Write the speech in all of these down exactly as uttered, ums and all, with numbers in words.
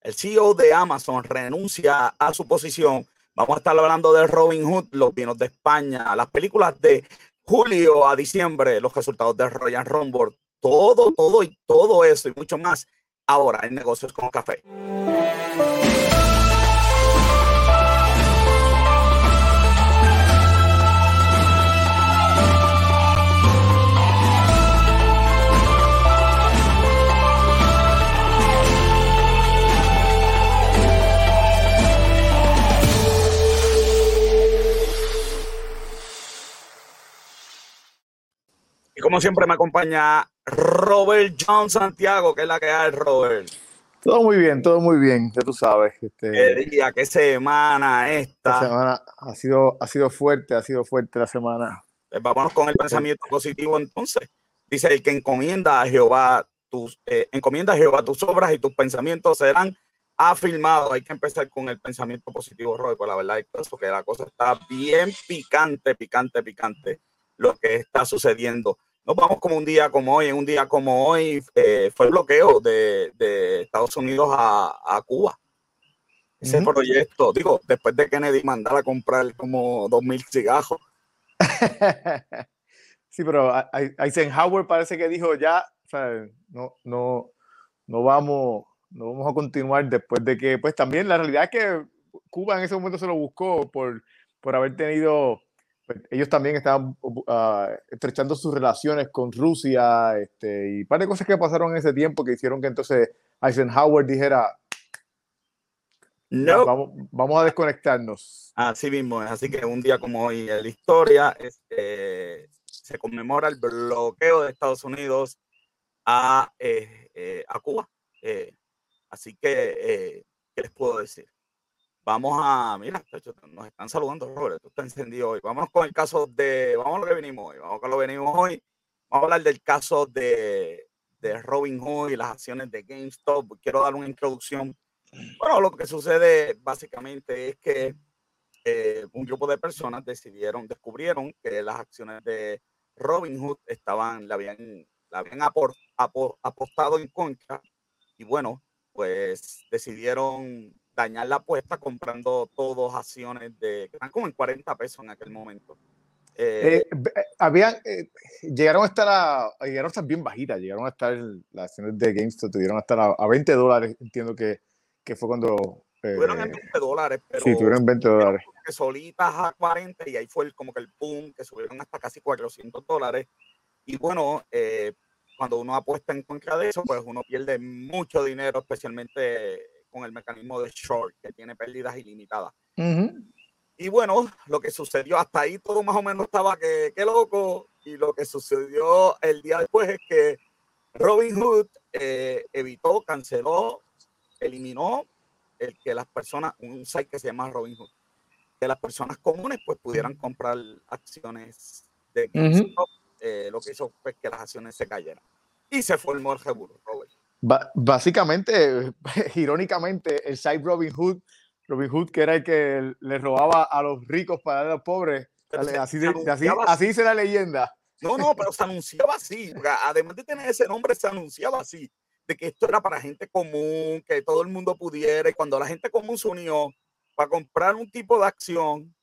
El C E O de Amazon renuncia a su posición. Vamos a estar hablando de Robin Hood, los vinos de España, las películas de julio a diciembre, los resultados de Royal Rumble, todo, todo y todo eso y mucho más ahora en Negocios con Café. Y como siempre me acompaña Robert John Santiago, que es la que hay, Robert. Todo muy bien, todo muy bien, ya tú sabes. Este, ¿Qué día, qué semana esta? Esta semana ha sido, ha sido fuerte, ha sido fuerte la semana. Pues vámonos con el pensamiento positivo entonces. Dice el que encomienda a Jehová tus, eh, encomienda a Jehová tus obras y tus pensamientos serán afirmados. Hay que empezar con el pensamiento positivo, Robert, pues la verdad es que la cosa está bien picante, picante, picante lo que está sucediendo. Nos vamos como un día como hoy, en un día como hoy eh, fue el bloqueo de, de Estados Unidos a, a Cuba. Ese uh-huh. proyecto, digo, después de Kennedy mandar a comprar como dos mil cigarros. Sí, pero Eisenhower parece que dijo ya, o sea, no, no, no vamos, no vamos a continuar después de que, pues también la realidad es que Cuba en ese momento se lo buscó por, por haber tenido, pues, ellos también estaban uh, estrechando sus relaciones con Rusia, este, y un par de cosas que pasaron en ese tiempo que hicieron que entonces Eisenhower dijera, no. vamos, vamos a desconectarnos. Así mismo es, así que un día como hoy en la historia es, eh, se conmemora el bloqueo de Estados Unidos a, eh, eh, a Cuba. Eh, así que, eh, ¿qué les puedo decir? Vamos a, mira, nos están saludando, Robert, esto está encendido hoy. Vámonos con el caso de, vamos a lo que venimos hoy, vamos a lo que venimos hoy. Vamos a hablar del caso de, de Robin Hood y las acciones de GameStop. Quiero dar una introducción. Bueno, lo que sucede básicamente es que Eh, un grupo de personas decidieron, descubrieron que las acciones de Robinhood estaban, le habían, le habían apor, apor, apostado en contra y bueno, pues decidieron dañar la apuesta comprando todas acciones de, que están como en cuarenta pesos en aquel momento. Eh, eh, habían, eh, llegaron a estar a, llegaron a estar bien bajitas, llegaron a estar, las acciones de GameStop tuvieron a estar a, a veinte dólares, entiendo que, que fue cuando... Eh, tuvieron en veinte dólares, pero sí, tuvieron veinte dólares. Que solitas a cuarenta y ahí fue el, como que el boom, que subieron hasta casi cuatrocientos dólares. Y bueno, eh, cuando uno apuesta en contra de eso, pues uno pierde mucho dinero, especialmente con el mecanismo de short, que tiene pérdidas ilimitadas. Uh-huh. Y bueno, lo que sucedió hasta ahí, todo más o menos estaba que, que loco. Y lo que sucedió el día después es que Robinhood eh, evitó, canceló, eliminó el que las personas, un site que se llama Robinhood, que las personas comunes pues pudieran comprar acciones de GameStop, uh-huh. eh, lo que hizo pues que las acciones se cayeran. Y se formó el revuelo, Robert. Ba- básicamente, irónicamente, el site Robinhood, Robinhood, que era el que le robaba a los ricos para dar a los pobres, se, así, se, así, así, así dice la leyenda. No, no, pero se anunciaba así, además de tener ese nombre, se anunciaba así, de que esto era para gente común, que todo el mundo pudiera, y cuando la gente común se unió para comprar un tipo de acción,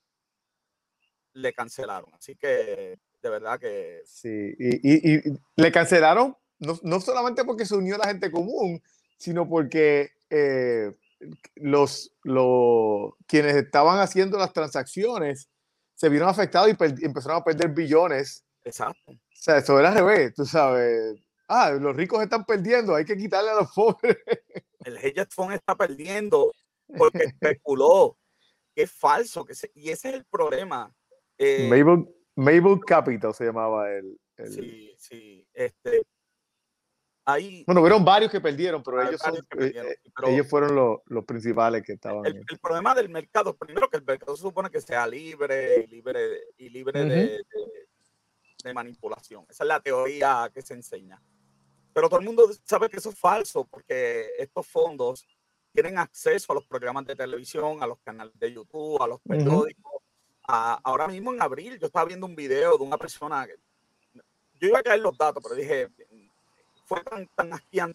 le cancelaron. Así que, de verdad que... Sí, y, y, y le cancelaron no, no solamente porque se unió la gente común, sino porque eh, los, los quienes estaban haciendo las transacciones se vieron afectados y, per- y empezaron a perder billones. Exacto. O sea, eso era al revés, tú sabes. Ah, los ricos están perdiendo, hay que quitarle a los pobres. El hedge fund está perdiendo porque especuló, que es falso, que se, y ese es el problema. Eh, Mabel, Mabel Capital se llamaba el, el... Sí, sí. Este, ahí, bueno, hubieron varios que perdieron, pero, ellos, son, perdieron, eh, pero ellos fueron los, los principales que estaban. El, el problema del mercado, primero que el mercado se supone que sea libre y libre, y libre uh-huh. de, de, de manipulación. Esa es la teoría que se enseña. Pero todo el mundo sabe que eso es falso porque estos fondos tienen acceso a los programas de televisión, a los canales de YouTube, a los periódicos. Uh-huh. A, ahora mismo en abril yo estaba viendo un video de una persona, que, yo iba a caer los datos, pero dije, fue tan, tan asqueante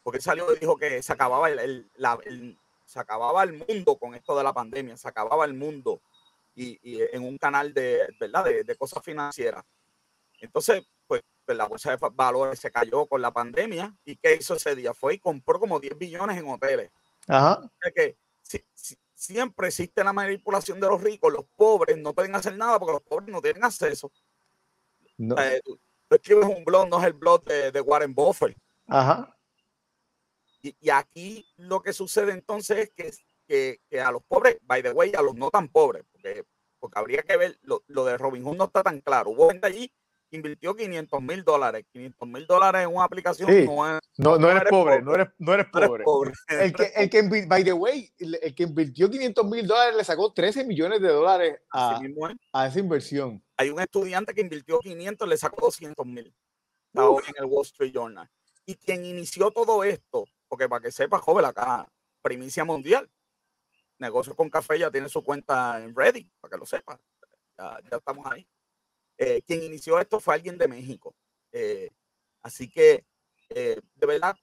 porque él salió y dijo que se acababa el, el, la, el, se acababa el mundo con esto de la pandemia, se acababa el mundo y, y en un canal de, ¿verdad? de, de cosas financieras. Entonces, pues, pues la bolsa de valores se cayó con la pandemia. ¿Y qué hizo ese día? Fue y compró como diez billones en hoteles. Ajá. O sea que si, si, siempre existe la manipulación de los ricos. Los pobres no pueden hacer nada porque los pobres no tienen acceso. No. O sea, tú, tú escribes un blog, no es el blog de, de Warren Buffett. Ajá. Y, y aquí lo que sucede entonces es que, que, que a los pobres, by the way, a los no tan pobres, porque, porque habría que ver, lo, lo de Robinhood no está tan claro. Hubo gente allí que invirtió quinientos mil dólares. quinientos mil dólares en una aplicación Sí. no, es, no, no, no, eres eres pobre, pobre, no eres, no eres no eres pobre. pobre. El que, el que, by the way, el, el que invirtió quinientos mil dólares le sacó trece millones de dólares a, Así mismo es. a esa inversión. Hay un estudiante que invirtió quinientos, le sacó doscientos mil. Está hoy en el Wall Street Journal. Y quien inició todo esto, porque para que sepa, joven, acá, primicia mundial. Negocios con Café ya tiene su cuenta en Reddit, para que lo sepa. Ya, ya estamos ahí. Eh, quien inició esto fue alguien de México. Eh, así que, eh, de verdad,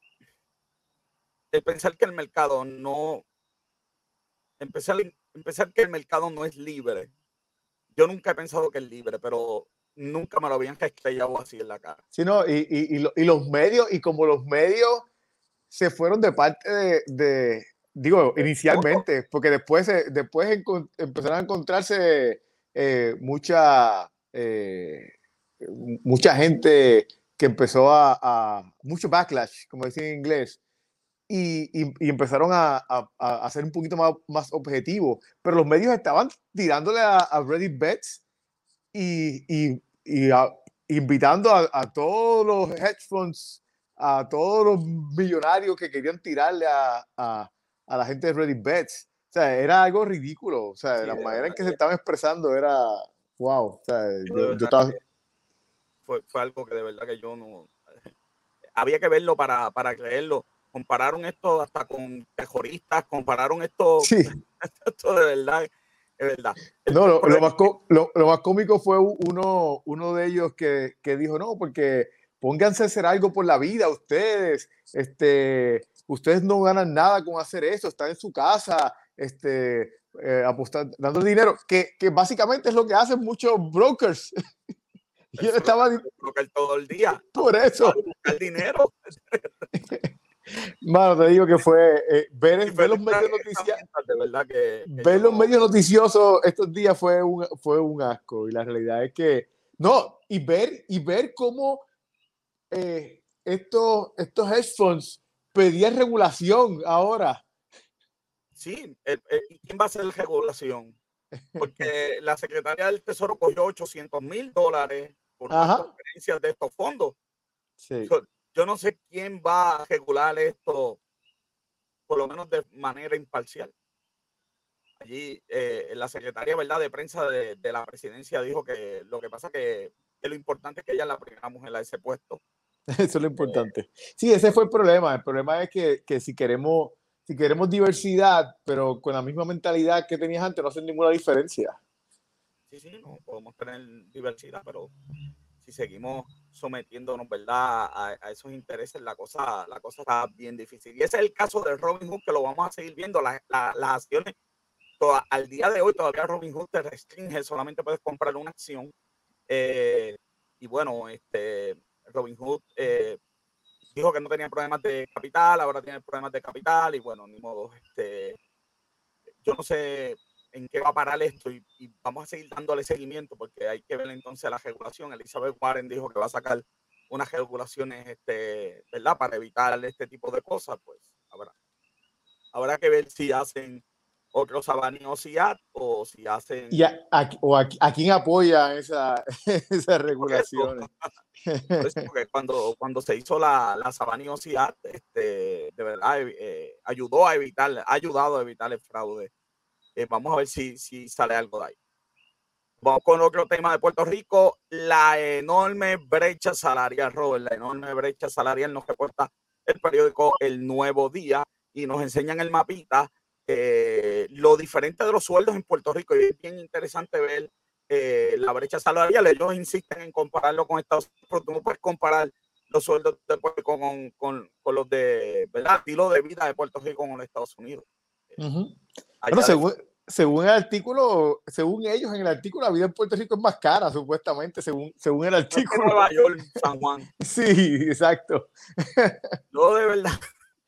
el pensar que el mercado no, empezar, empezar que el mercado no es libre. Yo nunca he pensado que es libre, pero nunca me lo habían estrellado así en la cara. Sí, no, y, y, y, lo, y los medios, y como los medios se fueron de parte de, de digo, inicialmente, porque después, después empezaron a encontrarse eh, mucha, eh, mucha gente que empezó a, a, mucho backlash, como dicen en inglés, y, y, y empezaron a, a, a ser un poquito más, más objetivos, pero los medios estaban tirándole a, a Reddit Bets y, y, y a, invitando a, a todos los hedge funds, a todos los millonarios que querían tirarle a, a, a la gente de Reddit Bets. O sea, era algo ridículo. O sea, sí, la manera en que se estaban expresando era wow. O sea, yo, yo estaba... fue, fue algo que de verdad que yo no... Había que verlo para, para creerlo. Compararon esto hasta con terroristas, compararon esto, sí. esto de verdad. Es verdad. El, no, lo, lo, más lo, lo más cómico fue uno, uno de ellos que, que dijo, no, porque pónganse a hacer algo por la vida ustedes, este, ustedes no ganan nada con hacer eso, están en su casa, este, eh, apostando, dando dinero, que, que básicamente es lo que hacen muchos brokers. Y él estaba broker todo el día. Por eso. Buscar dinero. Mano, te digo que fue eh, ver, ver los medios noticiosos. De verdad que, que ver los no... medios noticiosos estos días fue un, fue un asco. Y la realidad es que no, y ver, y ver cómo eh, estos, estos hedge funds pedían regulación ahora. Sí, el, el, ¿quién va a hacer la regulación? Porque la secretaria del Tesoro cogió ochocientos mil dólares por unas conferencias de estos fondos. Sí. Yo, yo no sé quién va a regular esto, por lo menos de manera imparcial. Allí eh, la secretaria, ¿verdad?, de prensa de, de la presidencia dijo que lo que pasa que, que lo importante es que ella es la primera mujer a ese puesto. Eso es lo importante. Eh, sí, ese fue el problema. El problema es que, que si queremos si queremos diversidad, pero con la misma mentalidad que tenías antes, no hace ninguna diferencia. Sí, sí, no podemos tener diversidad, pero si seguimos sometiéndonos, ¿verdad?, a, a esos intereses, la cosa, la cosa está bien difícil. Y ese es el caso de Robinhood, que lo vamos a seguir viendo. La, la, las acciones, toda, al día de hoy, todavía Robinhood te restringe, solamente puedes comprar una acción. Eh, y bueno, este, Robinhood eh, dijo que no tenía problemas de capital, ahora tiene problemas de capital, y bueno, ni modo. Este, yo no sé en qué va a parar esto y, y vamos a seguir dándole seguimiento porque hay que ver entonces la regulación. Elizabeth Warren dijo que va a sacar unas regulaciones, este, ¿verdad?, para evitar este tipo de cosas. Pues habrá, habrá que ver si hacen otros Sabani o Siad o si hacen... ¿Y a, a, o a, a quién apoya esa, esas regulaciones? Por eso, porque cuando, cuando se hizo la, la Sabani o Siad, este, de verdad eh, ayudó a evitar, ha ayudado a evitar el fraude. Eh, vamos a ver si, si sale algo de ahí. Vamos con otro tema de Puerto Rico, la enorme brecha salarial, Robert, la enorme brecha salarial nos reporta el periódico El Nuevo Día y nos enseñan el mapita eh, lo diferente de los sueldos en Puerto Rico y es bien interesante ver eh, la brecha salarial. Ellos insisten en compararlo con Estados Unidos, pero tú no puedes comparar los sueldos de Puerto Rico con, con, con los de, ¿verdad? Estilo de vida de Puerto Rico con los Estados Unidos. Uh-huh. Bueno, según, según el artículo, según ellos en el artículo, la vida en Puerto Rico es más cara, supuestamente, según, según el artículo. No es Nueva York, San Juan. Sí, exacto. Yo de verdad.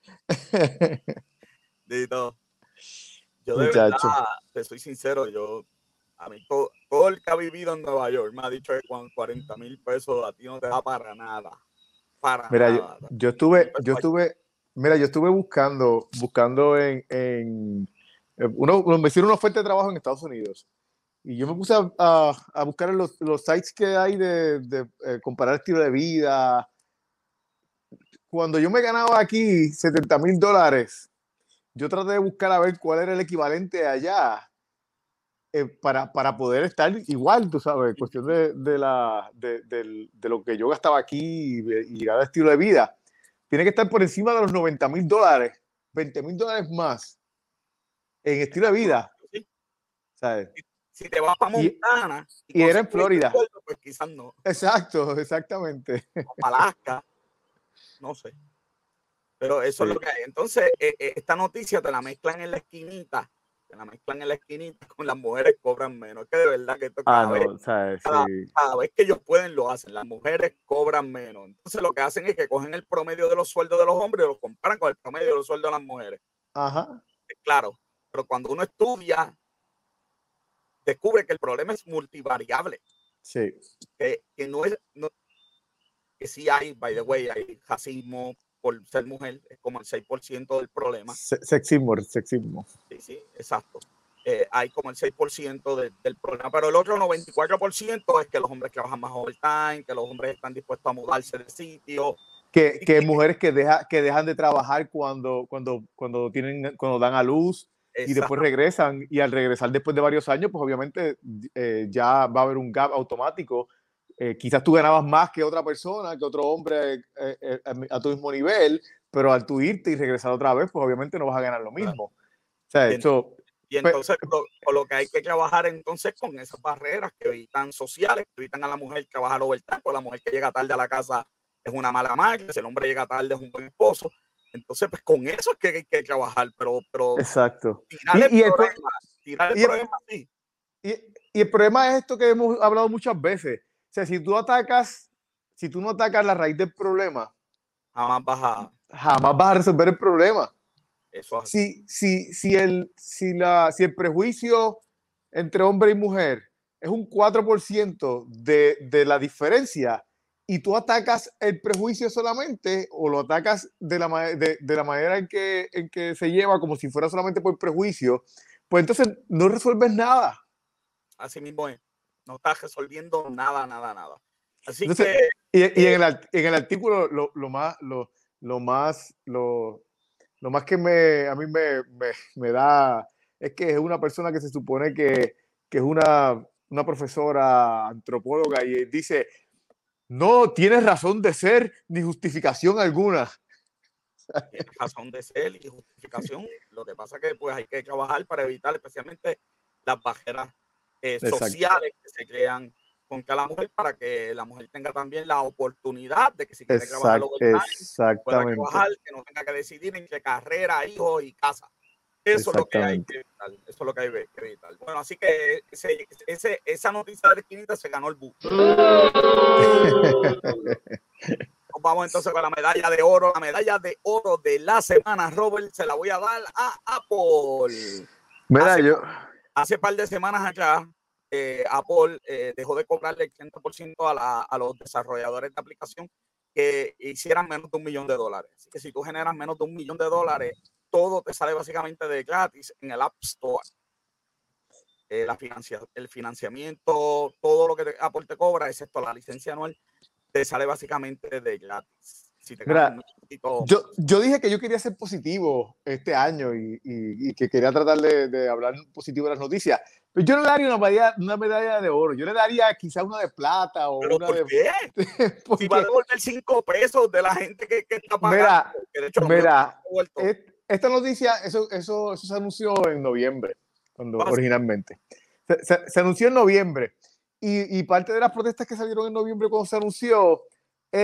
Dito, yo de Muchacho. verdad, te soy sincero, yo, a mí todo, todo el que ha vivido en Nueva York me ha dicho que con cuarenta mil pesos a ti no te da para nada. Para mira, nada. Yo, yo estuve, yo estuve, mira, yo estuve buscando, buscando en, en uno, me hicieron una oferta de trabajo en Estados Unidos y yo me puse a, a, a buscar en los, los sites que hay de, de eh, comparar estilo de vida. Cuando yo me ganaba aquí setenta mil dólares, yo traté de buscar a ver cuál era el equivalente allá eh, para, para poder estar igual, tú sabes, cuestión de, de, la, de, de, de lo que yo gastaba aquí y, y llegar al estilo de vida. Tiene que estar por encima de los noventa mil dólares, veinte mil dólares más en estilo de vida. Sí. ¿Sabes? Si, si te vas para Montana y, y, y era en Florida. Sueldo, pues quizás no. Exacto, exactamente. O para Alaska, no sé. Pero eso sí. Es lo que hay. Entonces, eh, eh, esta noticia te la mezclan en la esquinita, te la mezclan en la esquinita con las mujeres cobran menos. Es que de verdad que esto cada, ah, vez, no, ¿sabes? cada, Sí. cada vez que ellos pueden lo hacen. Las mujeres cobran menos. Entonces, lo que hacen es que cogen el promedio de los sueldos de los hombres y los comparan con el promedio de los sueldos de las mujeres. Ajá. Claro, pero cuando uno estudia, descubre que el problema es multivariable. Sí. Que, que no es, no, que sí hay, by the way, hay racismo por ser mujer, es como el seis por ciento del problema. Sexismo, sexismo. Sí, sí, exacto. Eh, hay como el seis por ciento de, del problema, pero el otro noventa y cuatro por ciento es que los hombres trabajan más overtime, que los hombres están dispuestos a mudarse de sitio. Que, que hay mujeres que, deja, que dejan de trabajar cuando, cuando, cuando, tienen, cuando dan a luz. Exacto. Y después regresan, y al regresar después de varios años, pues obviamente eh, ya va a haber un gap automático. Eh, quizás tú ganabas más que otra persona, que otro hombre eh, eh, a tu mismo nivel, pero al tú irte y regresar otra vez, pues obviamente no vas a ganar lo mismo. Claro. O sea, y, eso, y entonces lo, con lo que hay que trabajar entonces con esas barreras que evitan sociales, que evitan a la mujer trabajar overtime, porque la mujer que llega tarde a la casa es una mala madre, si el hombre llega tarde es un buen esposo. Entonces, pues con eso es que hay que trabajar, pero, pero exacto. tirar el y, problema, el, tirar el y problema el, sí. Y, y el problema es esto que hemos hablado muchas veces. O sea, si tú atacas, si tú no atacas la raíz del problema, jamás vas a, jamás vas a resolver el problema. Eso es. Si, si, si, el, si, la, si el prejuicio entre hombre y mujer es un cuatro por ciento de, de la diferencia y tú atacas el prejuicio solamente o lo atacas de la, de, de la manera en que, en que se lleva como si fuera solamente por prejuicio, pues entonces no resuelves nada. Así mismo es. No estás resolviendo nada, nada, nada. Así entonces, que... Y, y eh, en, el, en el artículo lo, lo más... Lo, lo más lo, lo más que me, a mí me, me, me da es que es una persona que se supone que, que es una, una profesora antropóloga y dice, no tienes razón de ser ni justificación alguna. Tienes razón de ser y justificación. Lo que pasa es que pues hay que trabajar para evitar especialmente las barreras eh, sociales que se crean contra la mujer para que la mujer tenga también la oportunidad de que si quiere Exact, trabajar overtime, exactamente. pueda trabajar, que no tenga que decidir entre carrera, hijos y casa. Eso es lo que hay que evitar. Eso es lo que hay que evitar. Bueno, así que ese, ese, esa noticia de la esquinita se ganó el bus. Nos vamos entonces con la medalla de oro. La medalla de oro de la semana, Robert, se la voy a dar a Apple. Mira, hace, yo... hace par de semanas atrás, eh, Apple eh, dejó de cobrarle el treinta por ciento a, la, a los desarrolladores de aplicación que hicieran menos de un millón de dólares. Así que si tú generas menos de un millón de dólares, todo te sale básicamente de gratis en el App Store. Eh, la financia, el financiamiento, todo lo que te, Apple te cobra, excepto la licencia anual, te sale básicamente de gratis. Si te Mira, yo, yo dije que yo quería ser positivo este año y, y, y que quería tratar de, de hablar positivo de las noticias. Pero yo no le daría una medalla, una medalla de oro. Yo le daría quizá una de plata o ¿Pero una por de... qué? Si va a devolver cinco pesos de la gente que, que está pagando. Mira, de hecho, mira et, esta noticia, eso, eso, eso se anunció en noviembre, cuando ¿Pasa? originalmente. Se, se, se anunció en noviembre. Y, y parte de las protestas que salieron en noviembre cuando se anunció es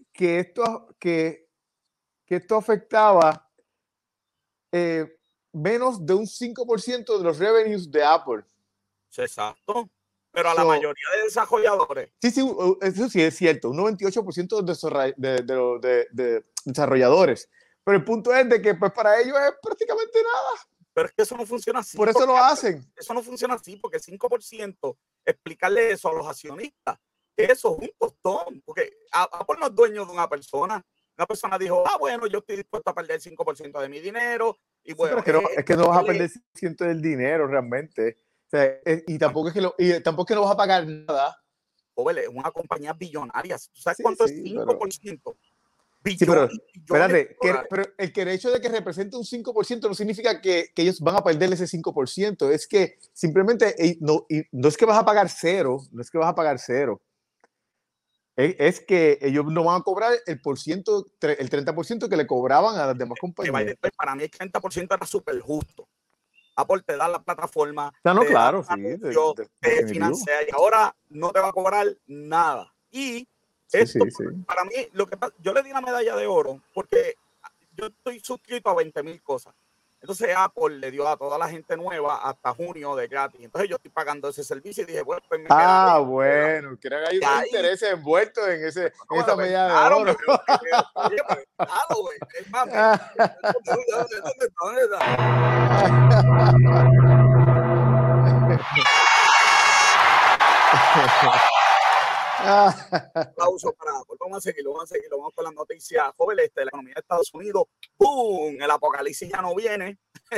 que esto, que, que esto afectaba eh, menos de un cinco por ciento de los revenues de Apple. Exacto. Pero a la So, mayoría de desarrolladores. Sí, sí, eso sí es cierto. Un noventa y ocho por ciento de, de, de, de, de desarrolladores. Pero el punto es de que pues, para ellos es prácticamente nada. Pero es que eso no funciona así. Por eso lo hacen. Eso no funciona así, porque cinco por ciento, explicarle eso a los accionistas, que eso es un costón. Porque Apple no es dueño de una persona. Una persona dijo, ah, bueno, yo estoy dispuesto a perder cinco por ciento de mi dinero. Y bueno, sí, pero es que no, es que no vas a perder cinco por ciento del dinero realmente. O sea, es, y, tampoco es que lo, y tampoco es que no vas a pagar nada. Joder, es una compañía billonaria. ¿Tú sabes sí, cuánto sí, es cinco por ciento? Pero... Sí, pero, espérate, que, pero el, que el hecho de que represente un cinco por ciento no significa que, que ellos van a perder ese cinco por ciento. Es que simplemente no, no es que vas a pagar cero, no es que vas a pagar cero. Es, es que ellos no van a cobrar el, por ciento, el treinta por ciento que le cobraban a las demás compañías. Que para mí el treinta por ciento era súper justo. Apple te da la plataforma, no, no, te claro, da sí, anuncio, de, de, te financia y ahora no te va a cobrar nada. Y esto, sí, sí, sí. Para mí, lo que yo le di una medalla de oro porque yo estoy suscrito a veinte mil cosas. Entonces Apple le dio a toda la gente nueva hasta junio de gratis. Entonces yo estoy pagando ese servicio y dije, bueno, pues me Ah, bueno, creo que hay unos intereses envueltos en, ese, en no, esa medalla claro, de oro. Me, me, me, oye, pero claro, güey. Es más, ¿dónde, dónde, dónde está? Aplauso para Apple. Vamos a seguirlo, vamos a seguirlo. Vamos con las noticias jóvenes. Este, la economía de Estados Unidos, ¡pum! El apocalipsis ya no viene.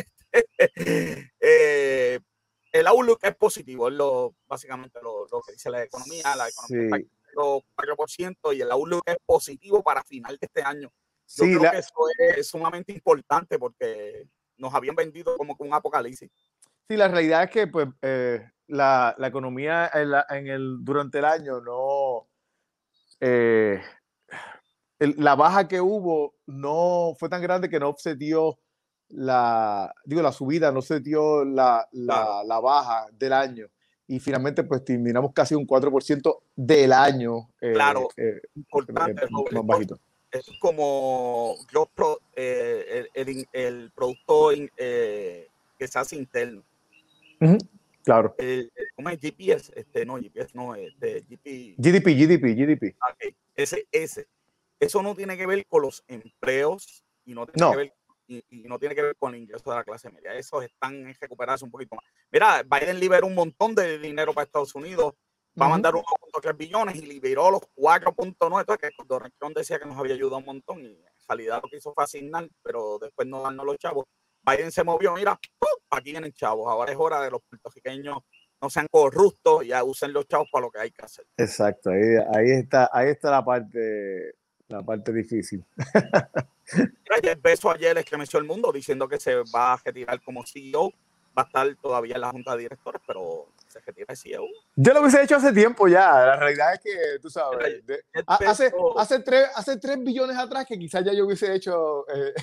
eh, el outlook es positivo, es lo, básicamente lo, lo que dice la economía. La economía sí. Está cuatro por ciento y el outlook es positivo para final de este año. Yo sí, creo la... que eso es sumamente importante porque nos habían vendido como que un apocalipsis. Sí, la realidad es que pues, eh, la, la economía en, la, en el, durante el año no... Eh, el, la baja que hubo no fue tan grande que no obsedió la, digo, la subida, no obsedió la, la, claro. la baja del año. Y finalmente, pues terminamos casi un cuatro por ciento del año. Eh, claro, eh, importante. Eh, más bajito. Es como yo, eh, el, el, el producto eh, que se hace interno. Uh-huh. Claro. El, ¿Cómo es? G P S, este, no, G P S no, este, G P... G D P, G D P, G D P. Okay. Ese, ese. Eso no tiene que ver con los empleos y no tiene, no. Que, ver, y, y no tiene que ver con el ingreso de la clase media. Esos están en recuperarse un poquito más. Mira, Biden liberó un montón de dinero para Estados Unidos. Va uh-huh. a mandar uno punto tres billones y liberó los cuatro punto nueve. Que Donald Trump decía que nos había ayudado un montón y en realidad lo que hizo fue asignar, pero después no darnos los chavos. Biden se movió, mira, ¡pum! Aquí vienen chavos. Ahora es hora de los puertorriqueños no sean corruptos y ya usen los chavos para lo que hay que hacer. Exacto, ahí, ahí está, ahí está la parte, la parte difícil. El beso ayer estremeció el mundo diciendo que se va a retirar como C E O. Va a estar todavía en la junta de directores, pero se retira de C E O. Yo lo hubiese hecho hace tiempo ya. La realidad es que, tú sabes, de, hace, beso... hace, tres, hace tres billones atrás que quizás ya yo hubiese hecho... Eh...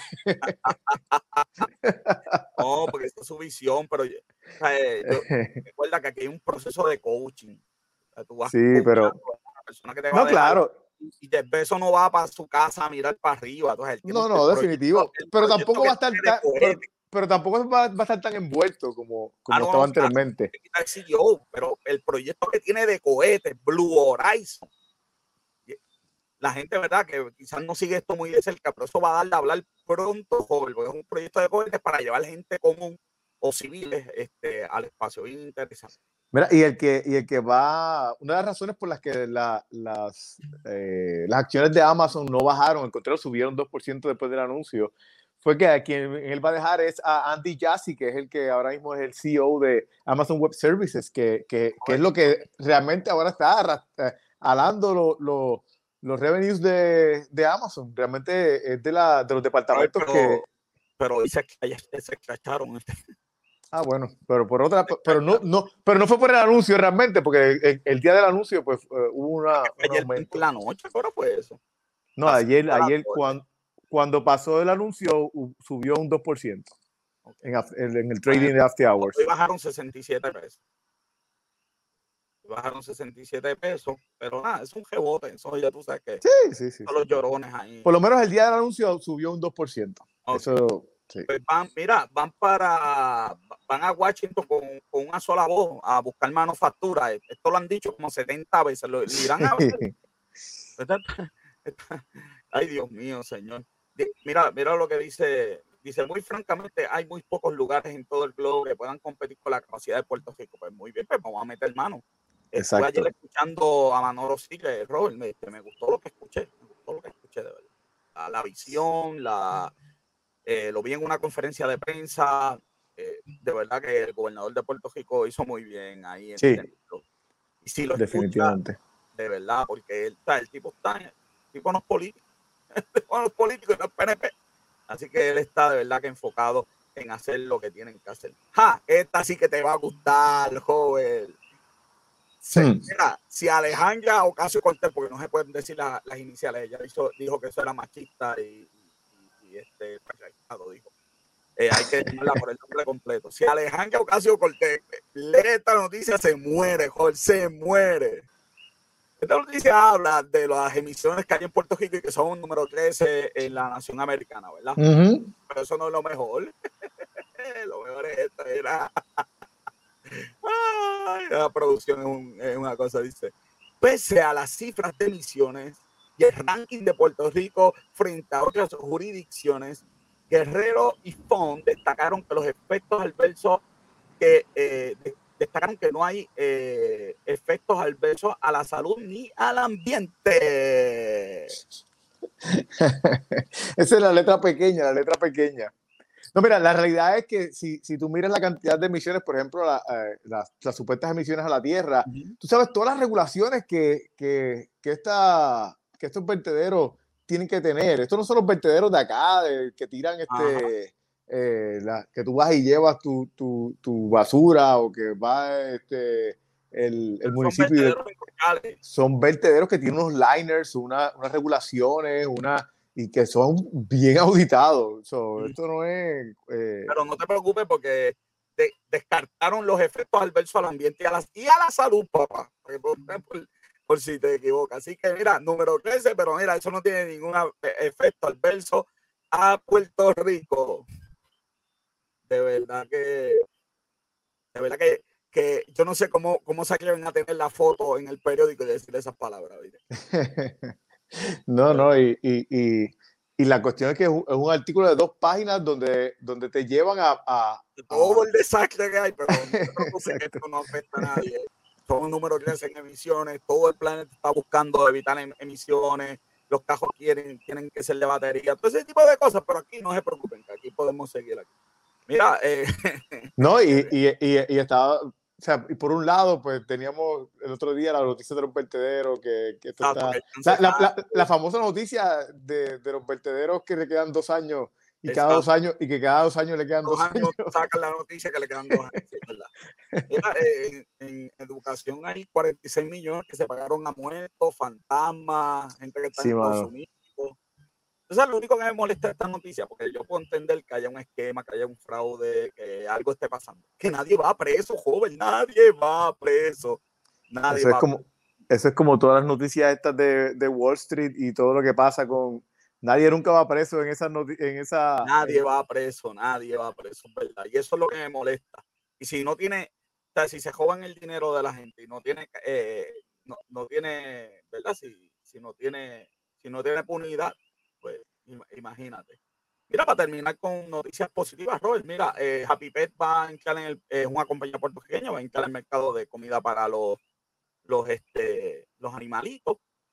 no, porque esta es su visión, pero yo, yo, recuerda que aquí hay un proceso de coaching. Tú vas sí, pero... Una persona que te va no, a dejar, claro. Y el beso no va para su casa a mirar para arriba. Entonces, no, no, definitivo. Proyecto, pero tampoco va a estar tan... Pero, pero tampoco va, va a estar tan envuelto como, como ah, no, estaba no, anteriormente. Claro, C E O, pero el proyecto que tiene de cohetes, Blue Horizon, la gente, ¿verdad? Que quizás no sigue esto muy de cerca, pero eso va a darle a hablar pronto, joven, porque es un proyecto de cohetes para llevar gente común o civiles este, al espacio. Bien interesante. Mira, y el que, y el que va, una de las razones por las que la, las, eh, las acciones de Amazon no bajaron, al contrario, subieron dos por ciento después del anuncio, fue que a quien él va a dejar es a Andy Jassy, que es el que ahora mismo es el C E O de Amazon Web Services, que, que, que es lo que realmente ahora está alando lo, lo, los revenues de, de Amazon. Realmente es de, la, de los departamentos pero, que... Pero se, se cacharon. Ah, bueno, pero por otra, pero no, no, pero no fue por el anuncio realmente, porque el, el día del anuncio, pues, uh, hubo una. Ayer en la noche, ¿ahora fue eso? No, ayer, ayer cuando, cuando pasó el anuncio, uh, subió un dos por ciento okay. en, en el trading de after hours. Hoy bajaron sesenta y siete pesos. bajaron sesenta y siete pesos, pero nada, es un rebote, eso ya tú sabes que Sí, sí, sí. son sí. los llorones ahí. Por lo menos el día del anuncio subió un dos por ciento. Okay. Eso, sí. Pues van, mira, van para, van a Washington con, con una sola voz a buscar manufactura. Esto lo han dicho como setenta veces, lo, lo irán a hacer. Ay, Dios mío, señor. Mira, mira lo que dice. Dice, muy francamente, hay muy pocos lugares en todo el globo que puedan competir con la capacidad de Puerto Rico. Pues muy bien, pues vamos a meter mano. Estuve Exacto. ayer escuchando a Manolo Sigue, Robert, me, me gustó lo que escuché, me gustó lo que escuché, de verdad. La, la visión, la, eh, lo vi en una conferencia de prensa, eh, de verdad que el gobernador de Puerto Rico hizo muy bien ahí en sí, tenerlo. Y si lo definitivamente. escucha, de verdad, porque él, el tipo está, el tipo no es político, el tipo no es político, no es P N P. Así que él está de verdad que enfocado en hacer lo que tienen que hacer. ¡Ja! Esta sí que te va a gustar, joven. Se, hmm. Mira, si Alejandra Ocasio-Cortez, porque no se pueden decir la, las iniciales, ella hizo, dijo que eso era machista y, y, y este, dijo. Eh, hay que llamarla por el nombre completo. Si Alejandra Ocasio-Cortez lee esta noticia, se muere, joder, se muere. Esta noticia habla de las emisiones que hay en Puerto Rico y que son un número trece en la nación americana, ¿verdad? Uh-huh. Pero eso no es lo mejor. Lo mejor es esta, era. Ay, la producción es, un, es una cosa, dice. Pese a las cifras de emisiones y el ranking de Puerto Rico frente a otras jurisdicciones, Guerrero y Font destacaron que los efectos adversos que eh, destacaron que no hay eh, efectos adversos a la salud ni al ambiente. Esa es la letra pequeña, la letra pequeña. No, mira, la realidad es que si, si tú miras la cantidad de emisiones, por ejemplo, la, eh, las, las supuestas emisiones a la Tierra, uh-huh. tú sabes todas las regulaciones que, que, que, esta, que estos vertederos tienen que tener. Estos no son los vertederos de acá, de, que tiran este... Eh, la, que tú vas y llevas tu, tu, tu basura o que va este, el, el municipio. Son vertederos, de, son vertederos que tienen unos liners, una, unas regulaciones, una, y que son bien auditados. So, esto no es... Eh... Pero no te preocupes porque de, descartaron los efectos adversos al ambiente y a la, y a la salud, papá. Por, por, por si te equivocas. Así que mira, número trece, pero mira, eso no tiene ningún efecto adverso a Puerto Rico. De verdad que, de verdad que, que yo no sé cómo, cómo se atreven a tener la foto en el periódico y decir esas palabras. no, no, y, y, y, y la cuestión es que es un, es un artículo de dos páginas donde, donde te llevan a... a todo a... el desastre que hay, pero no te preocupes que esto no afecta a nadie. Son un número trece en emisiones, todo el planeta está buscando evitar emisiones, los cajos quieren, tienen que ser de batería, todo ese tipo de cosas, pero aquí no se preocupen, que aquí podemos seguir aquí. Mira, eh, no, y, y, y, y estaba, o sea, y por un lado, pues teníamos el otro día la noticia de los vertederos, que, que esto está, que o sea, la, la, la famosa noticia de, de los vertederos que le quedan dos años y cada dos años, y que cada dos años le quedan dos, dos años. años. Sacan la noticia que le quedan dos años, sí, ¿verdad? Mira, eh, en, en educación hay cuarenta y seis millones que se pagaron a muertos, fantasmas, gente que está sí, en Estados Unidos. Entonces, lo único que me molesta esta noticia, porque yo puedo entender que haya un esquema, que haya un fraude, que algo esté pasando. Que nadie va preso, joven, nadie va preso. Nadie eso, va es como, preso. Eso es como todas las noticias estas de, de Wall Street y todo lo que pasa con... Nadie nunca va preso en esa... En esa nadie en... va preso, nadie va preso, ¿verdad? Y eso es lo que me molesta. Y si no tiene, o sea, si se jodan el dinero de la gente y no tiene, eh, no, no tiene, ¿verdad? Si, si no tiene, si no tiene punidad, pues imagínate. Mira, para terminar con noticias positivas, Robert, mira, eh, Happy Pet va a entrar en el, es eh, una compañía puertorriqueña, va a entrar en el mercado de comida para los, los, este, los animalitos.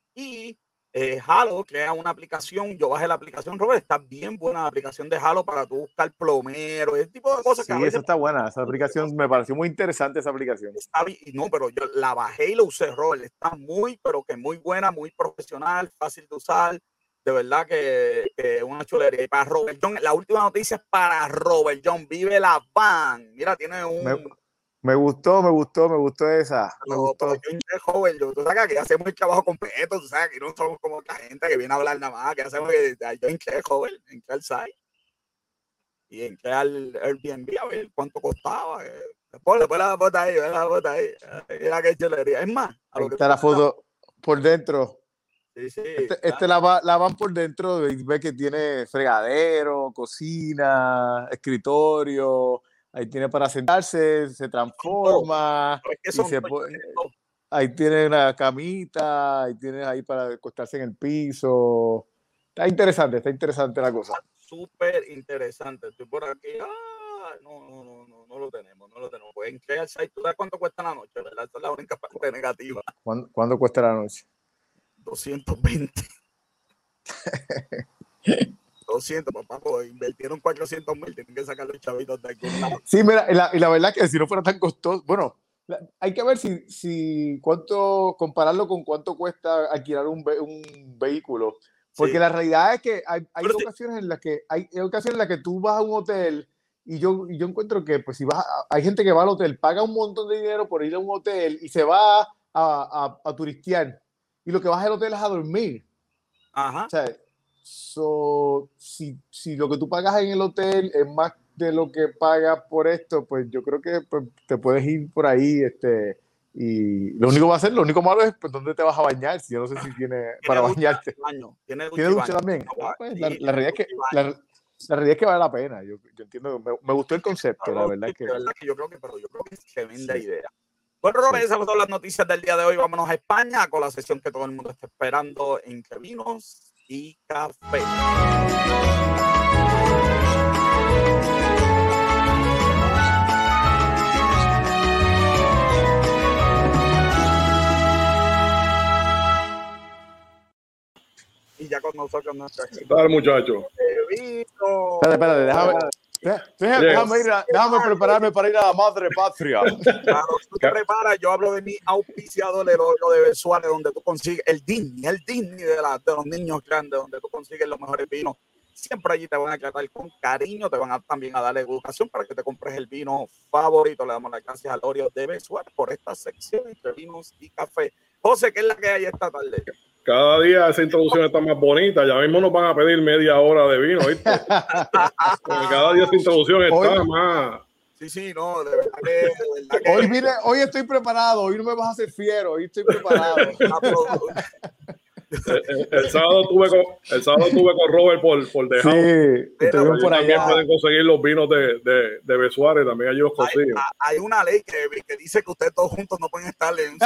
Y eh, Halo crea una aplicación, yo bajé la aplicación, Robert, está bien buena la aplicación de Halo para tú buscar plomero, ese tipo de cosas. Sí, que a veces esa está buena, esa aplicación, me pareció muy interesante esa aplicación. Está bien, no, pero yo la bajé y la usé, Robert, está muy, pero que muy buena, muy profesional, fácil de usar. De verdad que, que una chulería. Y para Robert John, la última noticia es para Robert John. Vive la van. Mira, tiene un. Me, me gustó, me gustó, me gustó esa. Pero, me gustó. Pero yo hinché joven. Yo, tú sabes que hacemos el trabajo completo. Tú sabes que no somos como la gente que viene a hablar nada más. Que hacemos que yo hinché joven, hinché al site. Y entré al Airbnb a ver cuánto costaba. Ponle, ponle la foto ahí, ponle la foto ahí. Mira qué chulería. Es más, a ahí lo que está la foto por dentro. Sí, sí. Este, este la, va, la van por dentro y ve que tiene fregadero, cocina, escritorio, ahí tiene para sentarse, se transforma, Es que y son se pone, ahí tiene una camita, ahí tiene ahí para acostarse en el piso. Está interesante, está interesante la cosa. Súper interesante. Estoy por aquí. Ah, no, no, no, no, no lo tenemos, no lo tenemos. Pues en qué site, ¿tú sabes cuánto cuesta la noche? ¿Verdad? Esa es la única parte negativa. ¿Cuándo, ¿cuándo cuesta la noche? doscientos veinte. doscientos, papá, pues invirtieron cuatrocientos mil, tienen que sacar los chavitos de algún lado. Sí, mira, y la, y la verdad que si no fuera tan costoso, bueno, la, hay que ver si, si cuánto, compararlo con cuánto cuesta alquilar un, ve, un vehículo, porque sí. La realidad es que hay, hay ocasiones sí. en las que hay, hay ocasiones en las que tú vas a un hotel y yo, y yo encuentro que pues si vas a, hay gente que va al hotel, paga un montón de dinero por ir a un hotel y se va a, a, a turistear y lo que vas al hotel es a dormir. Ajá. O sea, so, si, si lo que tú pagas en el hotel es más de lo que pagas por esto, pues yo creo que pues, te puedes ir por ahí, este, y lo único que va a hacer, lo único malo es pues dónde te vas a bañar, si yo no sé si tiene, tiene para ducha, bañarte. Baño. Tiene ducha, ¿Tiene ducha también? Ah, pues, sí, la, la, realidad es que, la, la realidad es que vale la pena. Yo, yo entiendo, me, me gustó el concepto, pero, la verdad, sí, que, verdad que yo creo que, pero yo creo que es tremenda sí. idea. Bueno, Robert, esas son las noticias del día de hoy. Vámonos a España con la sesión que todo el mundo está esperando entre vinos y café. Y ya con nosotros nuestra ¿Qué tal, muchachos? Espérate, espérate, déjame, déjame, déjame, ir a, déjame prepararme para ir a la madre patria. Claro, tú te preparas, yo hablo de mi auspiciador, el oro de Besuárez, donde tú consigues el Disney, el Disney de, la, de los niños grandes, donde tú consigues los mejores vinos. Siempre allí te van a tratar con cariño, te van a, también a dar educación para que te compres el vino favorito. Le damos las gracias al Oreo de Besuárez por esta sección entre vinos y café. José, ¿qué es la que hay esta tarde? Cada día esa introducción está más bonita. Ya mismo nos van a pedir media hora de vino, ¿viste? Porque cada día esa introducción está hoy, más... Sí, sí, no, de verdad que... De verdad que... Hoy, vine, hoy estoy preparado, hoy no me vas a hacer fiero, hoy estoy preparado. El, el, el sábado tuve con el sábado tuve con Robert por, por dejar. Sí, pero por también allá. Pueden conseguir los vinos de, de, de Besuárez, también allí los consiguen. Hay, hay una ley que, que dice que ustedes todos juntos no pueden estar en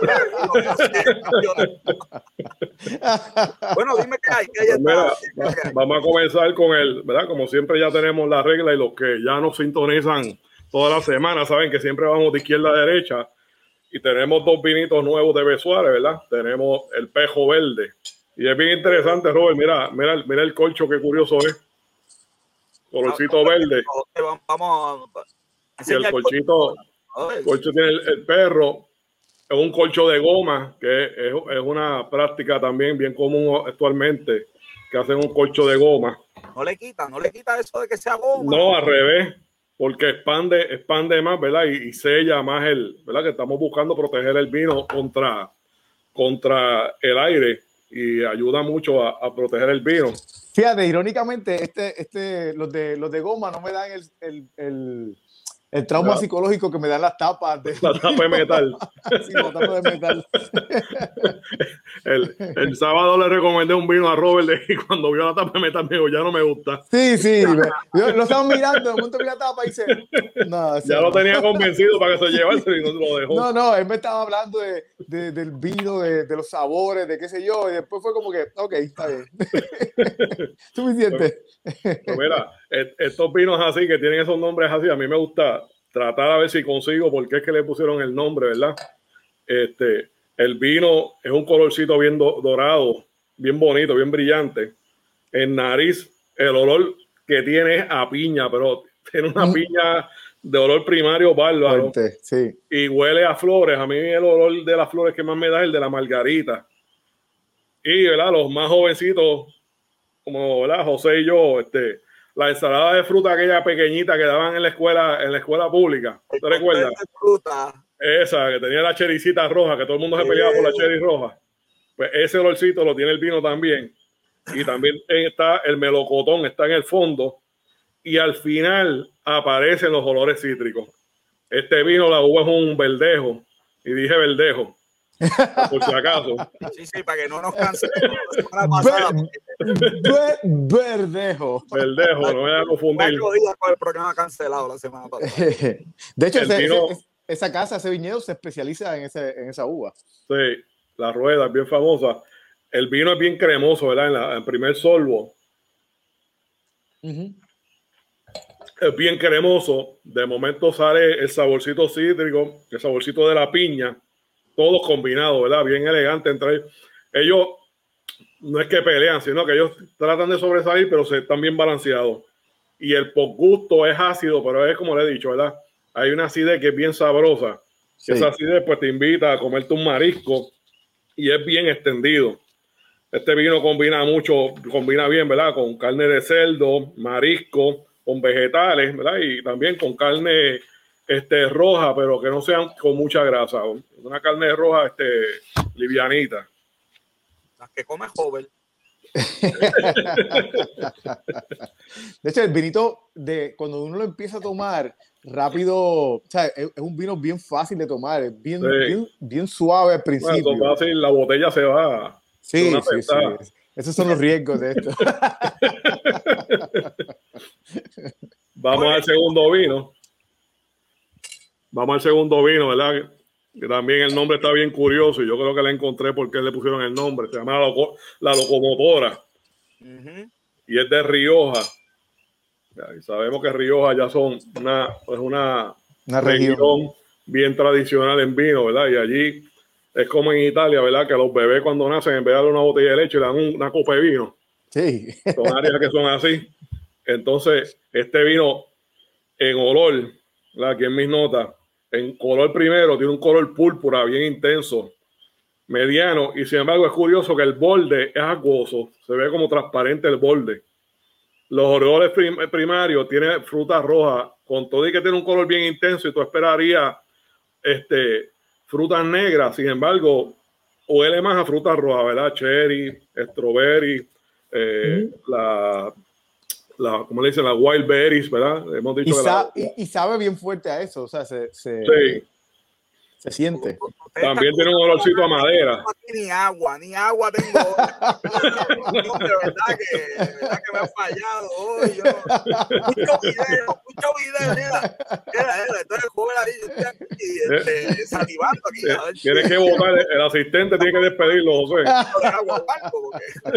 bueno, dime qué hay, qué hay, pues mira, va, vamos a comenzar con el, ¿verdad? Como siempre ya tenemos la regla y los que ya nos sintonizan toda la semana saben que siempre vamos de izquierda a derecha. Y tenemos dos vinitos nuevos de Besuárez, ¿verdad? Tenemos el Pejo Verde. Y es bien interesante, Robert. Mira, mira, mira el colcho, qué curioso es. Colorcito verde. Vamos a... Y el colchito, el colcho tiene el, el perro. Es un colcho de goma, que es, es una práctica también bien común actualmente, que hacen un colcho de goma. No le quita, no le quita eso de que sea goma. No, al revés. Porque expande, expande más, ¿verdad? Y, y sella más el, ¿verdad? Que estamos buscando proteger el vino contra, contra el aire y ayuda mucho a, a proteger el vino. Fíjate, irónicamente, este, este, los de los de goma no me dan el, el, el, el trauma la, psicológico que me dan las tapas. De... La tapa de metal. Sí, la tapa de metal. El, el sábado le recomendé un vino a Robert y cuando vio la tapa de metal me dijo, ya no me gusta. Sí, sí. Yo lo estaba mirando, de momento vi la tapa y dice, no, ya lo tenía convencido para que se llevase y no se lo dejó. No, no, él me estaba hablando de, de, del vino, de, de los sabores, de qué sé yo, y después fue como que, ok, está bien. Suficiente. Pues mira, estos vinos así, que tienen esos nombres así, a mí me gusta tratar a ver si consigo por qué es que le pusieron el nombre, ¿verdad? Este... El vino es un colorcito bien do, dorado, bien bonito, bien brillante. En nariz, el olor que tiene es a piña, pero tiene una mm. piña de olor primario bárbaro. Fuerte, sí. Y huele a flores. A mí el olor de las flores que más me da es el de la margarita. Y, ¿verdad? Los más jovencitos, como, ¿verdad? José y yo, este, la ensalada de fruta aquella pequeñita que daban en la escuela, en la escuela pública. ¿Te recuerdas? Fruta. Esa, que tenía la chericita roja, que todo el mundo se peleaba por la cherry roja. Pues ese olorcito lo tiene el vino también. Y también está el melocotón, está en el fondo. Y al final aparecen los olores cítricos. Este vino, la uva es un verdejo, y dije verdejo, por si acaso. Sí, sí, para que no nos cancelen la semana pasada. Ver, verdejo. Verdejo, no me voy a confundir. Cuatro días con el programa cancelado la semana pasada. De hecho, El ese, vino- ese- esa casa, ese viñedo, se especializa en, ese, en esa uva. Sí, la rueda es bien famosa. El vino es bien cremoso, ¿verdad? En la, en primer sorbo. Uh-huh. Es bien cremoso. De momento sale el saborcito cítrico, el saborcito de la piña. Todos combinados, ¿verdad? Bien elegante entre ellos. Ellos no es que pelean, sino que ellos tratan de sobresalir, pero se están bien balanceados. Y el posgusto es ácido, pero es como le he dicho, ¿verdad? Hay una acidez que es bien sabrosa. Sí. Esa acidez pues te invita a comerte un marisco y es bien extendido. Este vino combina mucho, combina bien, ¿verdad? Con carne de cerdo, marisco, con vegetales, ¿verdad? Y también con carne este, roja, pero que no sean con mucha grasa. Una carne roja este, livianita. Las que come joven. De hecho, el vinito, de, cuando uno lo empieza a tomar rápido, o sea, es, es un vino bien fácil de tomar, es bien, Sí. bien, bien suave al Bueno, principio. eso va a ser, la botella se va. Sí, una sí, sí. sentada. Esos son los riesgos de esto. Vamos al segundo vino. Vamos al segundo vino, ¿verdad? Que también el nombre está bien curioso y yo creo que le encontré por qué le pusieron el nombre. Se llama La, Loco- La Locomotora Uh-huh. y es de Rioja. Ya, y sabemos que Rioja ya son una, pues una, Una región. región bien tradicional en vino, ¿verdad? Y allí es como en Italia, ¿verdad? Que a los bebés cuando nacen, en vez de darle una botella de leche, le dan un- una copa de vino. Sí. Son áreas que son así. Entonces, este vino en olor, ¿verdad? Aquí en mis notas, en color primero, tiene un color púrpura bien intenso, mediano, y sin embargo es curioso que el borde es acuoso, se ve como transparente el borde. Los olores prim primarios tienen frutas rojas, con todo y que tiene un color bien intenso, y tú esperarías este, frutas negras, sin embargo, huele más a frutas rojas, ¿verdad? Cherry, strawberry, eh, Mm. la, la, ¿cómo le dicen? Las wild berries, ¿verdad? Hemos dicho Y, que sa la, y, y sabe bien fuerte a eso, o sea, se, se, sí, se siente. también tiene un olorcito a madera. Ni agua, ni agua tengo hoy. No, de verdad que, de verdad que me ha fallado hoy. Yo, mucho video, mucho video, mira. Mira, mira, entonces joven ahí, yo estoy aquí, este, salivando aquí. A ver si Tiene que votar, el asistente tiene que despedirlo, José. de agua o algo,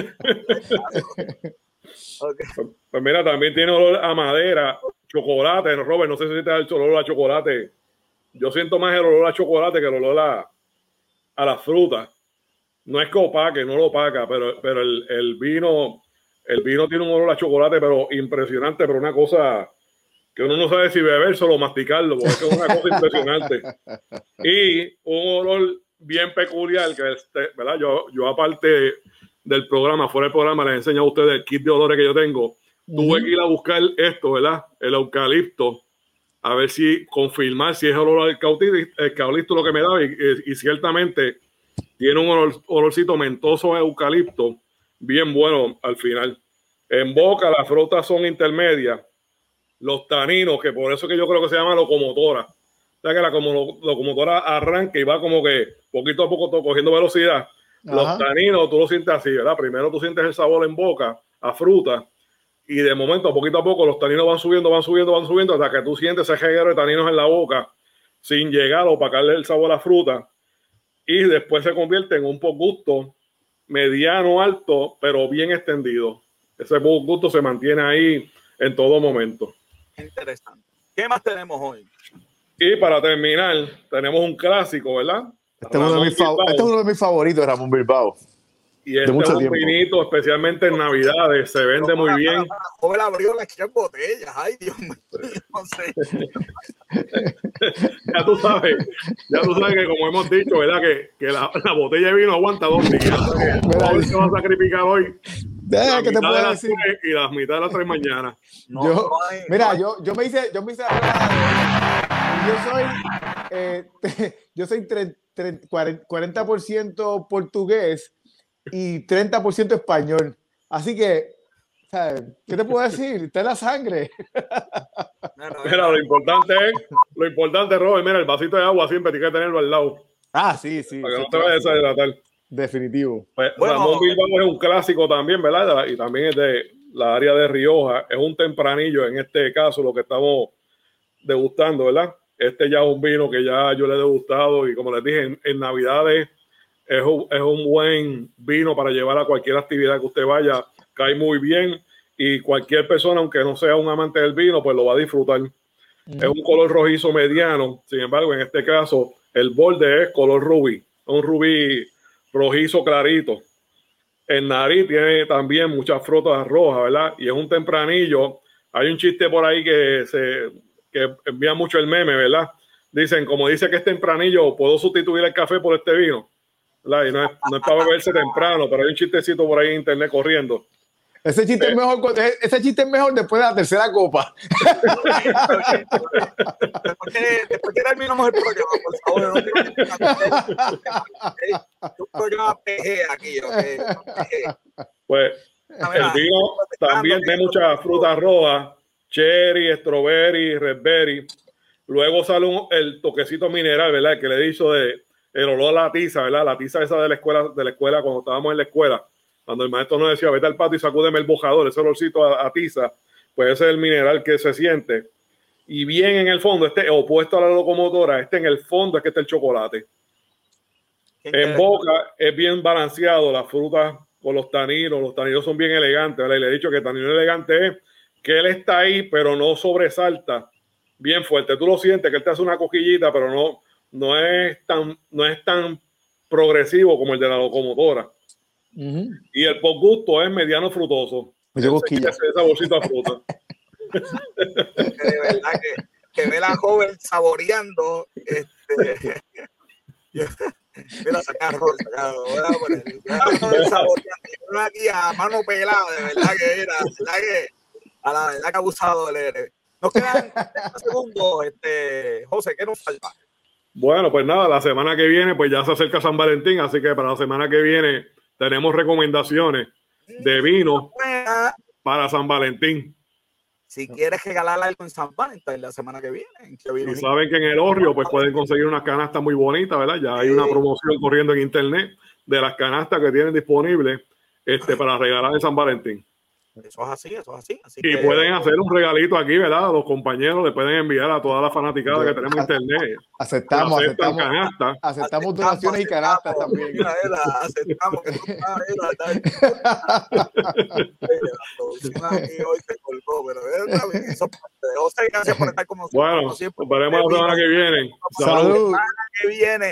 porque... Okay. Pues mira, también tiene olor a madera, chocolate, Robert, no sé si te da el olor a chocolate. Yo siento más el olor a chocolate que el olor a, a las frutas. No es que opaque, no lo opaca, pero, pero el, el vino el vino tiene un olor a chocolate, pero impresionante, pero una cosa que uno no sabe si beberlo o masticarlo, porque es una cosa impresionante. Y un olor bien peculiar, que este, ¿verdad? Yo, yo aparte del programa, fuera del programa, les enseño a ustedes el kit de olores que yo tengo. Uh-huh. Tuve que ir a buscar esto, ¿verdad? El eucalipto, a ver si confirmar si es el olor al eucalipto lo que me da, y, y, y ciertamente tiene un olor, olorcito mentoso de eucalipto bien bueno al final. En boca las frutas son intermedias, los taninos, que por eso que yo creo que se llama locomotora. O sea que la como, locomotora arranca y va como que poquito a poco cogiendo velocidad. Ajá. Los taninos tú lo sientes así, ¿verdad? Primero tú sientes el sabor en boca a fruta y de momento, poquito a poco, los taninos van subiendo, van subiendo, van subiendo hasta que tú sientes ese reguero de taninos en la boca sin llegar a opacarle el sabor a la fruta, y después se convierte en un posgusto mediano, alto, pero bien extendido. Ese posgusto se mantiene ahí en todo momento. Interesante. ¿Qué más tenemos hoy? Y para terminar, tenemos un clásico, ¿verdad? Este es, uno de mis este es uno de mis favoritos, Ramón Bilbao. Y este es un tiempo. vinito, especialmente en Navidades, se vende muy bien. Joven abrió las tres botellas, ay Dios mío, no sé. Ya tú sabes, ya tú sabes que como hemos dicho, ¿verdad? Que, que la, la botella de vino aguanta dos días. Hoy se va a sacrificar hoy. La ¿Qué te puedo de las decir? tres y las mitad de las tres mañana. No, yo, no hay, mira, no hay. yo, yo me hice, yo me hice yo soy, eh, yo soy cuarenta por ciento portugués y treinta por ciento español. Así que, ¿sabes? ¿Qué te puedo decir? Está en la sangre. Mira, lo importante es, lo importante, Robert, mira, el vasito de agua siempre tiene que tenerlo al lado. Ah, sí, sí. Para que no te vaya a deshidratar. Definitivo. Pues, bueno, Ramón Bilbao es un clásico también, ¿verdad? Y también es de la área de Rioja. Es un tempranillo en este caso, lo que estamos degustando, ¿verdad? Este ya es un vino que ya yo le he degustado y como les dije, en, en Navidades es un, es un buen vino para llevar a cualquier actividad que usted vaya. Cae muy bien y cualquier persona, aunque no sea un amante del vino, pues lo va a disfrutar. Mm. Es un color rojizo mediano. Sin embargo, en este caso, el borde es color rubí. Un rubí rojizo clarito. El nariz tiene también muchas frutas rojas, ¿verdad? Y es un tempranillo. Hay un chiste por ahí que se que envía mucho el meme, ¿verdad? Dicen, como dice que es tempranillo, puedo sustituir el café por este vino, ¿verdad? Y no es, no es para beberse temprano, pero hay un chistecito por ahí en internet corriendo. Ese chiste, eh, es mejor, ese chiste es mejor después de la tercera copa. Después que, después que terminamos el programa, por favor. Un programa P G aquí. Okay. Pues el vino también tiene muchas frutas rojas, cherry, strawberry, raspberry. Luego sale un, el toquecito mineral, ¿verdad? Que le hizo de el olor a la tiza, ¿verdad? La tiza esa de la escuela, de la escuela cuando estábamos en la escuela. Cuando el maestro nos decía, vete al patio y sacúdeme el bojador, ese olorcito a, a tiza, pues ese es el mineral que se siente. Y bien en el fondo, este opuesto a la locomotora, este en el fondo es que está el chocolate. En boca es bien balanceado, las frutas con los taninos, los taninos son bien elegantes, ¿verdad? Y le he dicho que el tanino elegante es que él está ahí, pero no sobresalta bien fuerte. Tú lo sientes, que él te hace una cosquillita, pero no, no, es, tan, no es tan progresivo como el de la locomotora. Uh-huh. Y el posgusto es mediano frutoso. Ese, ese saborcito a fruta. De verdad que, que ve la joven saboreando. Este, mira, sacar rol, sacarlo. Saboreando. Aquí a mano pelada, de verdad que era. De verdad que, a la verdad que abusado del Ere. Nos quedan treinta segundos, este, José, ¿qué nos falta? Bueno, pues nada, la semana que viene, pues ya se acerca San Valentín, así que para la semana que viene tenemos recomendaciones de vino para San Valentín. Si quieres regalar algo en San Valentín la semana que viene. Y saben que en el Orrio pues pueden conseguir unas canastas muy bonitas, ¿verdad? Ya hay una promoción corriendo en internet de las canastas que tienen disponibles este, para regalar en San Valentín. Eso es así, eso es así. así y que, pueden hacer un regalito aquí, ¿verdad? A los compañeros le pueden enviar a todas las fanaticadas que tenemos en internet. Aceptamos, aceptamos, canastas. aceptamos donaciones y canastas también. Mira, era, aceptamos que tú aquí hoy se colgó, pero eso José, gracias por estar con nosotros. Bueno, nos veremos la semana que viene. Salud. La semana que viene.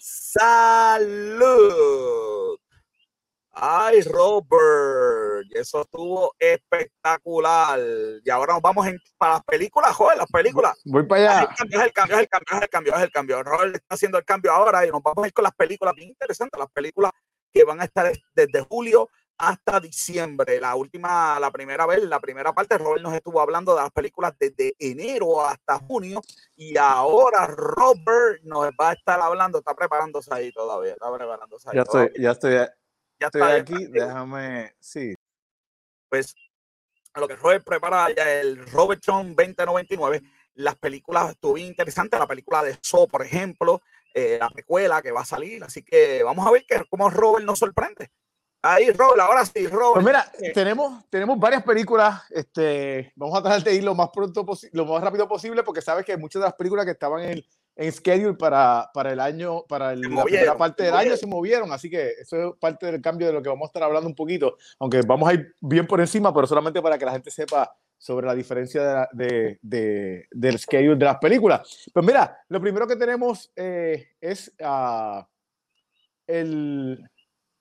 Salud. Ay, Robert, eso estuvo espectacular. Y ahora nos vamos en, para las películas, joder, las películas. Voy para allá. Es el cambio, es el cambio, es el cambio, es el cambio, es el cambio. Robert está haciendo el cambio ahora y nos vamos a ir con las películas bien interesantes, las películas que van a estar desde julio hasta diciembre. La última, la primera vez, la primera parte, Robert nos estuvo hablando de las películas desde enero hasta junio y ahora Robert nos va a estar hablando, está preparándose ahí todavía, está preparándose ahí. Ya estoy, ya estoy. Ya Estoy está, aquí, está. Déjame, sí. Pues a lo que Robert prepara ya el Robertson veinte noventa y nueve, las películas estuvo bien interesante, la película de Saw, por ejemplo, eh, la precuela que va a salir, así que vamos a ver que, cómo Robert nos sorprende. Ahí, Robert, ahora sí, Robert. Pues mira, eh, tenemos, tenemos varias películas, este, vamos a tratar de ir lo más pronto posible, lo más rápido posible, porque sabes que muchas de las películas que estaban en el en schedule para, para el año, para el, la primera parte del año se movieron, así que eso es parte del cambio de lo que vamos a estar hablando un poquito, aunque vamos a ir bien por encima, pero solamente para que la gente sepa sobre la diferencia de la, de, de, del schedule de las películas. Pues mira, lo primero que tenemos eh, es uh, el...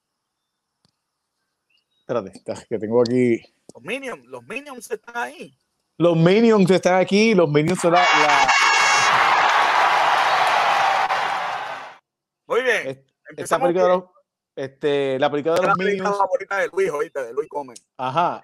Espérate, que tengo aquí... Los Minions, los Minions están ahí. Los Minions están aquí, los Minions son la... la Muy bien. Esta película de los, este, la película de los la Minions. La favorita de Luis, oíste, de Luis Come. Ajá.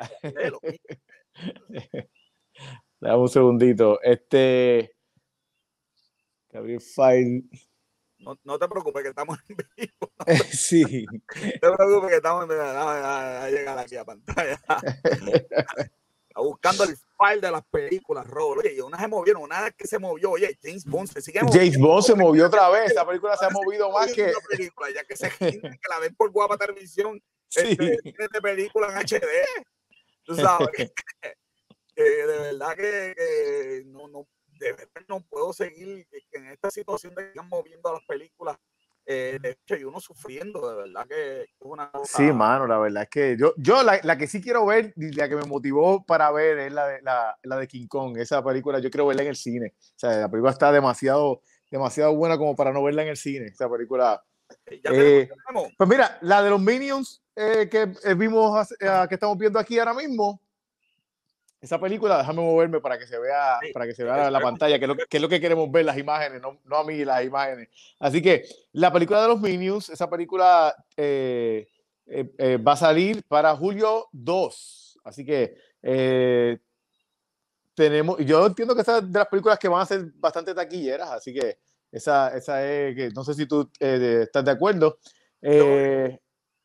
Dame un segundito. Este. Abrir file. No, no te preocupes que estamos en vivo. Sí. No te preocupes que estamos en vivo. A llegar aquí a pantalla. Está buscando el par de las películas, Robert. Oye, y unas se movieron, una que se movió, oye, James Bond se sigue moviendo. James Bond se movió otra vez, esa película se ha movido más que... Película, ya que se que la ven por Guapa Televisión, sí. este, de película en H D. Tú sabes que, que de verdad que, que no, no, de verdad no puedo seguir que, que en esta situación de que están moviendo a las películas. Eh, de hecho, y uno sufriendo, de verdad que es una cosa... Sí, mano, la verdad es que yo, yo la, la que sí quiero ver y la que me motivó para ver es la de, la, la de King Kong. Esa película yo quiero verla en el cine. O sea, la película está demasiado, demasiado buena como para no verla en el cine. Esa película. Ya eh, tenemos. Pues mira, la de los Minions eh, que eh, vimos, eh, que estamos viendo aquí ahora mismo. Esa película, déjame moverme para que se vea, Sí, para que se vea la, la pantalla, que es, lo, que es lo que queremos ver, las imágenes, no, no a mí las imágenes. Así que la película de los Minions, esa película eh, eh, eh, va a salir para julio dos. Así que eh, tenemos, yo entiendo que esa es de las películas que van a ser bastante taquilleras, así que esa, esa es, que no sé si tú eh, estás de acuerdo. Eh,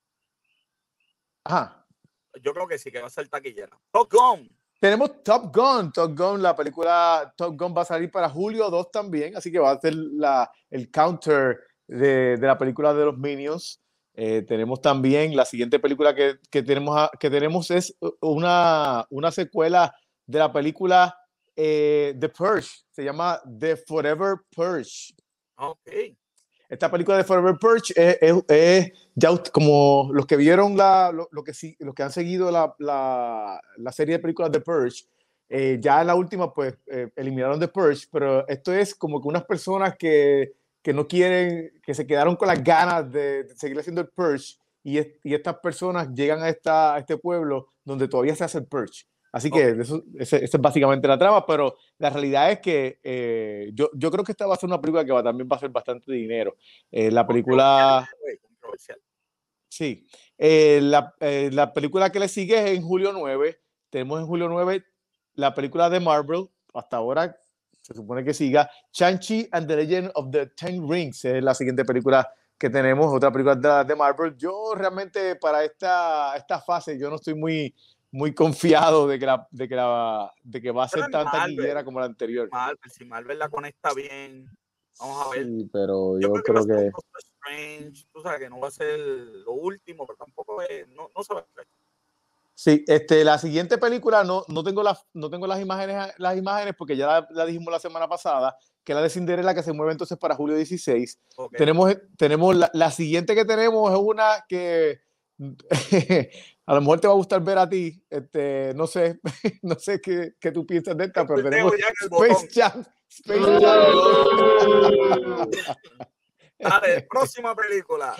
ajá. Yo creo que sí, que va a ser taquillera. Top Gun. Tenemos Top Gun, Top Gun, la película Top Gun va a salir para julio dos también, así que va a ser la, el counter de, de la película de los Minions. Eh, tenemos también la siguiente película que, que, tenemos, que tenemos es una, una secuela de la película eh, The Purge, se llama The Forever Purge. Ok. Esta película de Forever Purge es, es, es ya como los que vieron la, lo, lo que sí, los que han seguido la, la, la serie de películas de Purge, eh, ya en la última pues eh, eliminaron The Purge, pero esto es como que unas personas que, que no quieren, que se quedaron con las ganas de, de seguir haciendo el Purge y, es, y estas personas llegan a, esta, a este pueblo donde todavía se hace el Purge. Así que okay. eso, esa es básicamente la trama, pero la realidad es que eh, yo, yo creo que esta va a ser una película que va, también va a ser bastante dinero. Eh, la película... Controversial. Sí. Eh, la, eh, la película que le sigue es en julio nueve. Tenemos en julio nueve la película de Marvel. Hasta ahora se supone que siga. Shang-Chi and the Legend of the Ten Rings es la siguiente película que tenemos, otra película de, de Marvel. Yo realmente para esta, esta fase yo no estoy muy... muy confiado de que, la, de, que la, de que va a ser pero tan Marvel, taquillera como la anterior. Marvel, si Marvel la conecta bien, vamos a ver. Sí, pero yo, yo creo, creo que, que... que... Strange, tú sabes que no va a ser lo último, pero tampoco es, no, no se va a hacer. Sí, este, la siguiente película no, no tengo, la, no tengo las, imágenes, las imágenes porque ya la, la dijimos la semana pasada, que es la de Cinderella, que se mueve entonces para julio dieciséis. Okay. Tenemos, tenemos la, la siguiente que tenemos es una que a lo mejor te va a gustar ver a ti, este, no sé, no sé qué, qué tú piensas de esta, pero tenemos Space Jam. Space Jam. Dale, próxima película.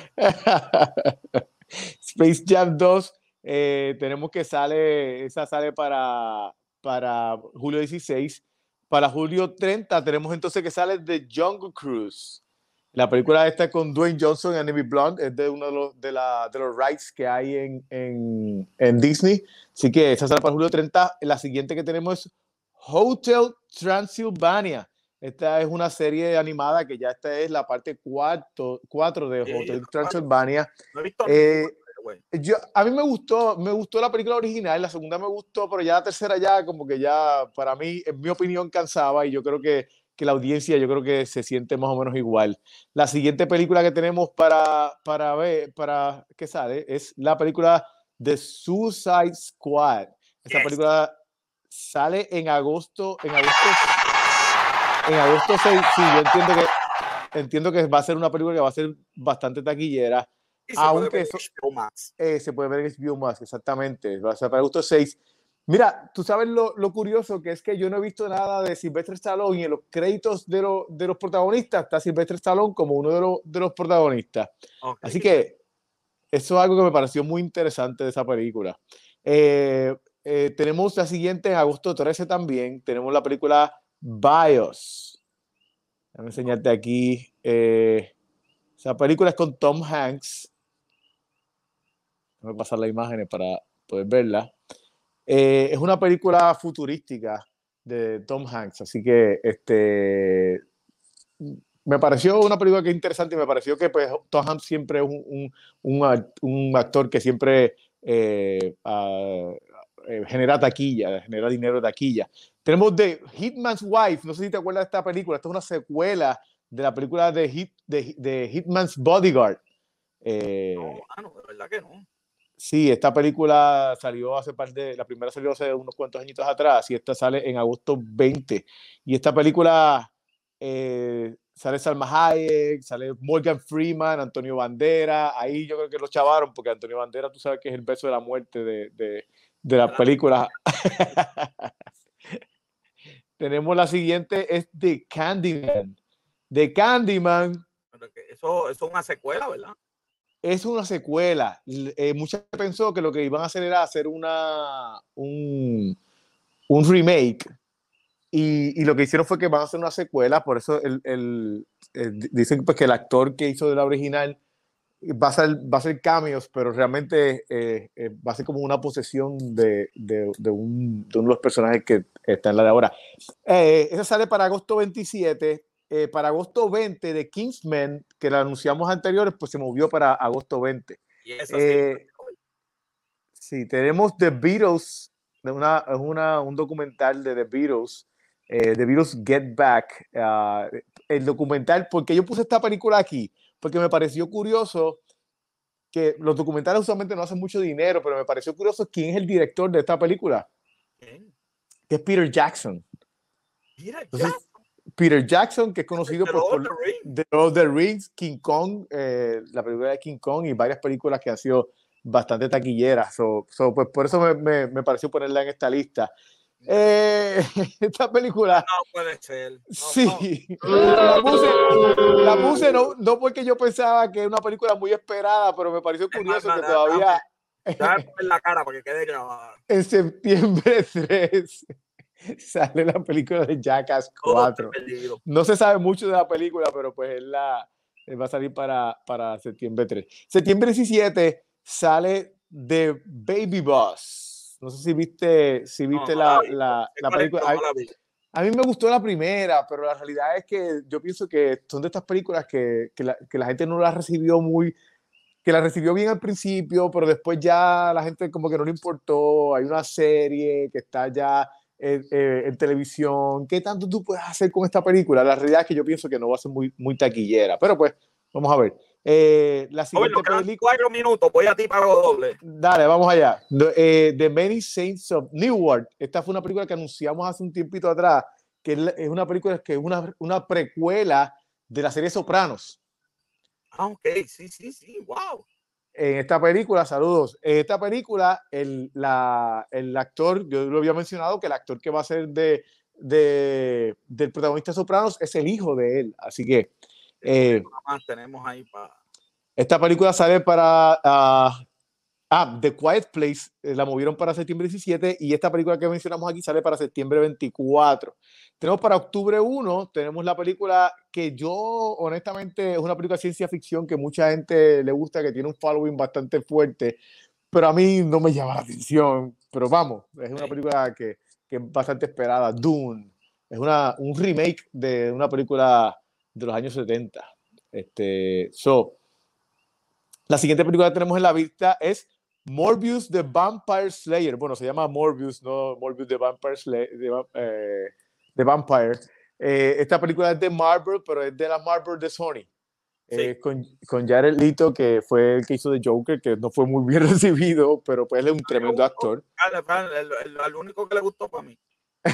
Space Jam dos, eh, tenemos que sale, esa sale para, para julio dieciséis. Para julio treinta tenemos entonces que sale The Jungle Cruise. La película esta con Dwayne Johnson y Emily Blunt es de uno de los, de la, de los rights que hay en, en, en Disney. Así que esa sale para julio treinta. La siguiente que tenemos es Hotel Transylvania. Esta es una serie animada que ya esta es la parte cuatro de Hotel sí, Transylvania. No he visto eh, yo, a mí me gustó, me gustó la película original, la segunda me gustó, pero ya la tercera ya como que ya para mí, en mi opinión, cansaba y yo creo que que la audiencia yo creo que se siente más o menos igual. La siguiente película que tenemos para, para ver, para que sale, es la película The Suicide Squad. Esta yes. película sale en agosto, en agosto, en agosto seis, sí, yo entiendo que, entiendo que va a ser una película que va a ser bastante taquillera. Y se aunque puede ver eso, en H B O Max. Eh, se puede ver en H B O Max, exactamente, va a ser para agosto seis. Mira, tú sabes lo, lo curioso que es que yo no he visto nada de Sylvester Stallone y en los créditos de, lo, de los protagonistas está Sylvester Stallone como uno de, lo, de los protagonistas. Okay. Así que eso es algo que me pareció muy interesante de esa película. Eh, eh, tenemos la siguiente en agosto trece también. Tenemos la película Bios. Déjame enseñarte aquí. Eh, esa película es con Tom Hanks. Déjame pasar las imágenes para poder verla. Eh, es una película futurística de Tom Hanks, así que este, me pareció una película que es interesante y me pareció que pues, Tom Hanks siempre es un, un, un, un actor que siempre eh, uh, eh, genera taquilla, genera dinero de taquilla. Tenemos The Hitman's Wife, no sé si te acuerdas de esta película, esta es una secuela de la película de, Hit, de, de Hitman's Bodyguard. Eh, no, mano, de verdad que no. Sí, esta película salió hace par de, la primera salió hace unos cuantos añitos atrás y esta sale en agosto veinte. Y esta película eh, sale Salma Hayek, sale Morgan Freeman, Antonio Banderas. Ahí yo creo que lo chavaron porque Antonio Banderas, tú sabes que es el beso de la muerte de, de, de las películas. Tenemos la siguiente, es The Candyman. The Candyman. Eso, eso es una secuela, ¿verdad? Es una secuela. Eh, mucha gente pensó que lo que iban a hacer era hacer una, un, un remake. Y, y lo que hicieron fue que van a hacer una secuela. Por eso el, el, el, dicen pues, que el actor que hizo de la original va a ser, va a ser cameos, pero realmente eh, eh, va a ser como una posesión de, de, de, un, de uno de los personajes que está en la de ahora. Eh, esa sale para agosto veintisiete. Eh, para agosto veinte de Kingsman, que la anunciamos anteriores, pues se movió para agosto veinte. Y esa eh, sí, tenemos The Beatles, una, una, un documental de The Beatles, eh, The Beatles Get Back. Uh, el documental, porque yo puse esta película aquí, porque me pareció curioso que los documentales usualmente no hacen mucho dinero, pero me pareció curioso quién es el director de esta película. ¿Quién? Que es Peter Jackson. Peter Entonces, Jackson. Peter Jackson, que es conocido The por, Lord por Rings. The Lord of the Rings, King Kong, eh, la película de King Kong y varias películas que han sido bastante taquilleras. So, so, pues por eso me, me, me pareció ponerla en esta lista. Eh, esta película. No puede ser. No, sí, no. la puse, la puse no, no porque yo pensaba que era una película muy esperada, pero me pareció curioso que todavía. Dame en la cara para que quede grabada. En septiembre tres. Sale la película de Jackass cuatro. No se sabe mucho de la película, pero pues es la, va a salir para, para septiembre tres. Septiembre diecisiete sale The Baby Boss. No sé si viste, si viste no, la, la, la, la película. A, a mí me gustó la primera, pero la realidad es que yo pienso que son de estas películas que, que, la, que la gente no la recibió muy... que la recibió bien al principio, pero después ya la gente como que no le importó. Hay una serie que está ya... En, eh, en televisión, ¿qué tanto tú puedes hacer con esta película? La realidad es que yo pienso que no va a ser muy, muy taquillera, pero pues, vamos a ver. Eh, la siguiente Oye, película... cuatro minutos, voy a ti pago doble. Dale, vamos allá. The, eh, The Many Saints of Newark. Esta fue una película que anunciamos hace un tiempito atrás, que es una película que es una, una precuela de la serie Sopranos. Ah, ok, sí, sí, sí, wow. En esta película, saludos, en esta película el, la, el actor, yo lo había mencionado, que el actor que va a ser de, de, del protagonista Sopranos es el hijo de él, así que eh, más tenemos ahí para... Esta película sale para uh, ah, The Quiet Place, eh, la movieron para septiembre diecisiete y esta película que mencionamos aquí sale para septiembre veinticuatro. Tenemos para octubre uno, tenemos la película que yo honestamente es una película de ciencia ficción que mucha gente le gusta, que tiene un following bastante fuerte, pero a mí no me llama la atención. Pero vamos, es una película que, que es bastante esperada. Dune es una, un remake de una película de los años setenta. Este, so, la siguiente película que tenemos en la vista es Morbius the Vampire Slayer. Bueno, se llama Morbius, no Morbius the Vampire Slayer. The, eh, The Vampire. Eh, esta película es de Marvel, pero es de la Marvel de Sony. Eh, sí. con, con Jared Leto, que fue el que hizo de Joker, que no fue muy bien recibido, pero pues él es un tremendo actor. El, el, el único que le gustó para mí.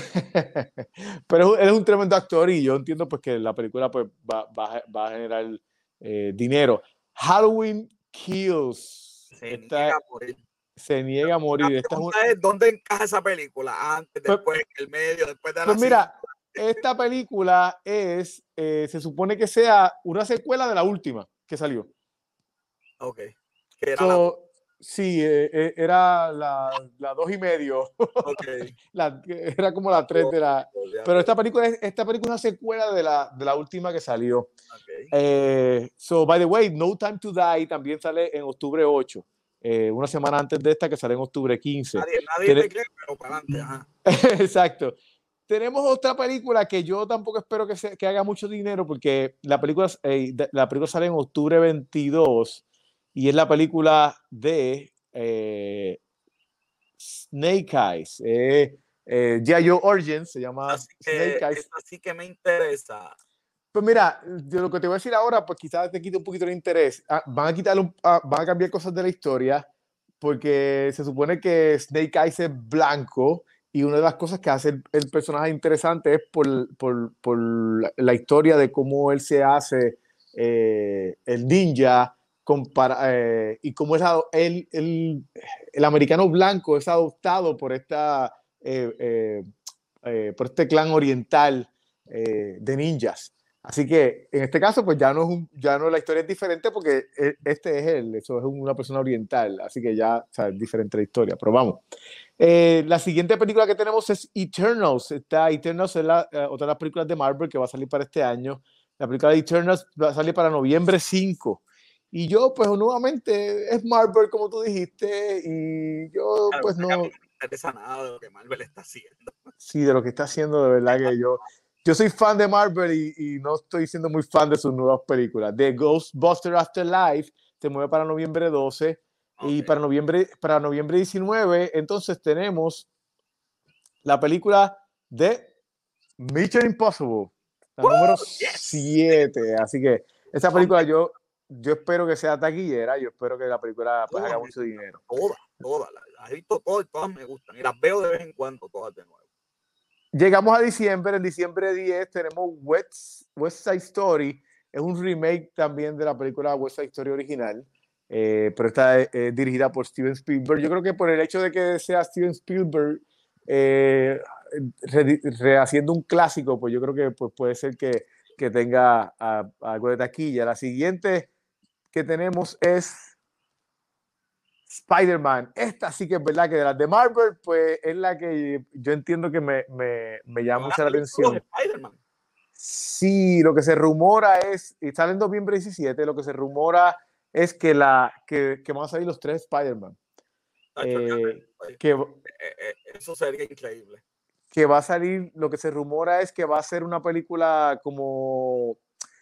Pero él es un tremendo actor y yo entiendo pues que la película pues va, va, va a generar eh, dinero. Halloween Kills. Se Esta, niega a morir. Se niega a morir. La Esta pregunta es, ¿dónde encaja esa película? Antes, después, pues, el medio, después de la pues mira, esta película es, eh, se supone que sea una secuela de la última que salió. Ok. ¿Qué era so, la... Sí, eh, era la, la dos y medio. Okay. la, era como la tres de la... Pero esta película, es, esta película es una secuela de la, de la última que salió. Okay. Eh, so, by the way, No Time to Die también sale en octubre ocho. Eh, una semana antes de esta que sale en octubre quince. Nadie, nadie me cree, pero para adelante. Ajá. Exacto. Tenemos otra película que yo tampoco espero que, se, que haga mucho dinero porque la película, eh, la película sale en octubre veintidós y es la película de eh, Snake Eyes. Eh, eh, G I. Joe Origins se llama Así Snake que, Eyes. esa sí que me interesa. Pues mira, de lo que te voy a decir ahora, pues quizás te quite un poquito el interés. Ah, van a quitar, un, ah, van a cambiar cosas de la historia, porque se supone que Snake Eyes es blanco, y una de las cosas que hace el, el personaje interesante es por, por, por la, la historia de cómo él se hace eh, el ninja, compara, eh, y cómo es el, el, el americano blanco es adoptado por, esta, eh, eh, eh, por este clan oriental eh, de ninjas. Así que en este caso, pues ya no es un, ya no la historia es diferente, porque este es él, eso es una persona oriental, así que ya, o sea, es diferente la historia, pero vamos. Eh, la siguiente película que tenemos es Eternals. Está, Eternals es la, uh, otra de las películas de Marvel que va a salir para este año. La película de Eternals va a salir para noviembre cinco. Y yo, pues nuevamente, es Marvel, como tú dijiste, y yo, Claro, pues no... A mí no me interesa nada de lo que Marvel está haciendo. Sí, de lo que está haciendo, de verdad que yo... Yo soy fan de Marvel y, y no estoy siendo muy fan de sus nuevas películas. The Ghostbusters Afterlife se mueve para noviembre doce. Okay. Y para noviembre, para noviembre diecinueve, entonces tenemos la película de Mission Impossible, la Woo, número siete. Yes. Así que esa película yo, yo espero que sea taquillera, yo espero que la película pues, haga mucho dinero. Todas, todas, las he visto todas, todas me gustan y las veo de vez en cuando, todas de nuevo. Llegamos a diciembre, en diciembre diez tenemos West, West Side Story, es un remake también de la película West Side Story original, eh, pero está eh, dirigida por Steven Spielberg. Yo creo que por el hecho de que sea Steven Spielberg eh, re, rehaciendo un clásico, pues yo creo que pues puede ser que, que tenga a, a algo de taquilla. La siguiente que tenemos es Spider-Man. Esta sí que es verdad que de las de Marvel, pues es la que yo entiendo que me, me, me llama mucho la atención. Sí, lo que se rumora es, y sale en noviembre diecisiete, lo que se rumora es que, la, que, que van a salir los tres Spider-Man. Eh, que, Eso sería increíble. Que va a salir, lo que se rumora es que va a ser una película como,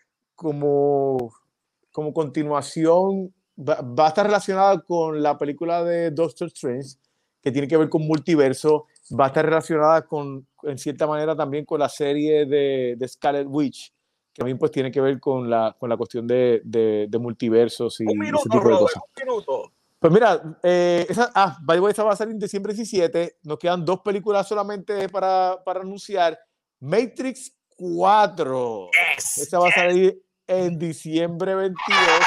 como, como continuación. Va, va a estar relacionada con la película de Doctor Strange, que tiene que ver con multiverso. Va a estar relacionada con, en cierta manera, también con la serie de, de Scarlet Witch, que también pues tiene que ver con la, con la cuestión de, de, de multiversos y, un minuto, y ese tipo de Robert, cosas. Un minuto. Pues mira, eh, esa, ah, by the way, esa va a salir en diciembre diecisiete. Nos quedan dos películas solamente para, para anunciar. Matrix cuatro. Yes, esa va yes. a salir en diciembre veintidós.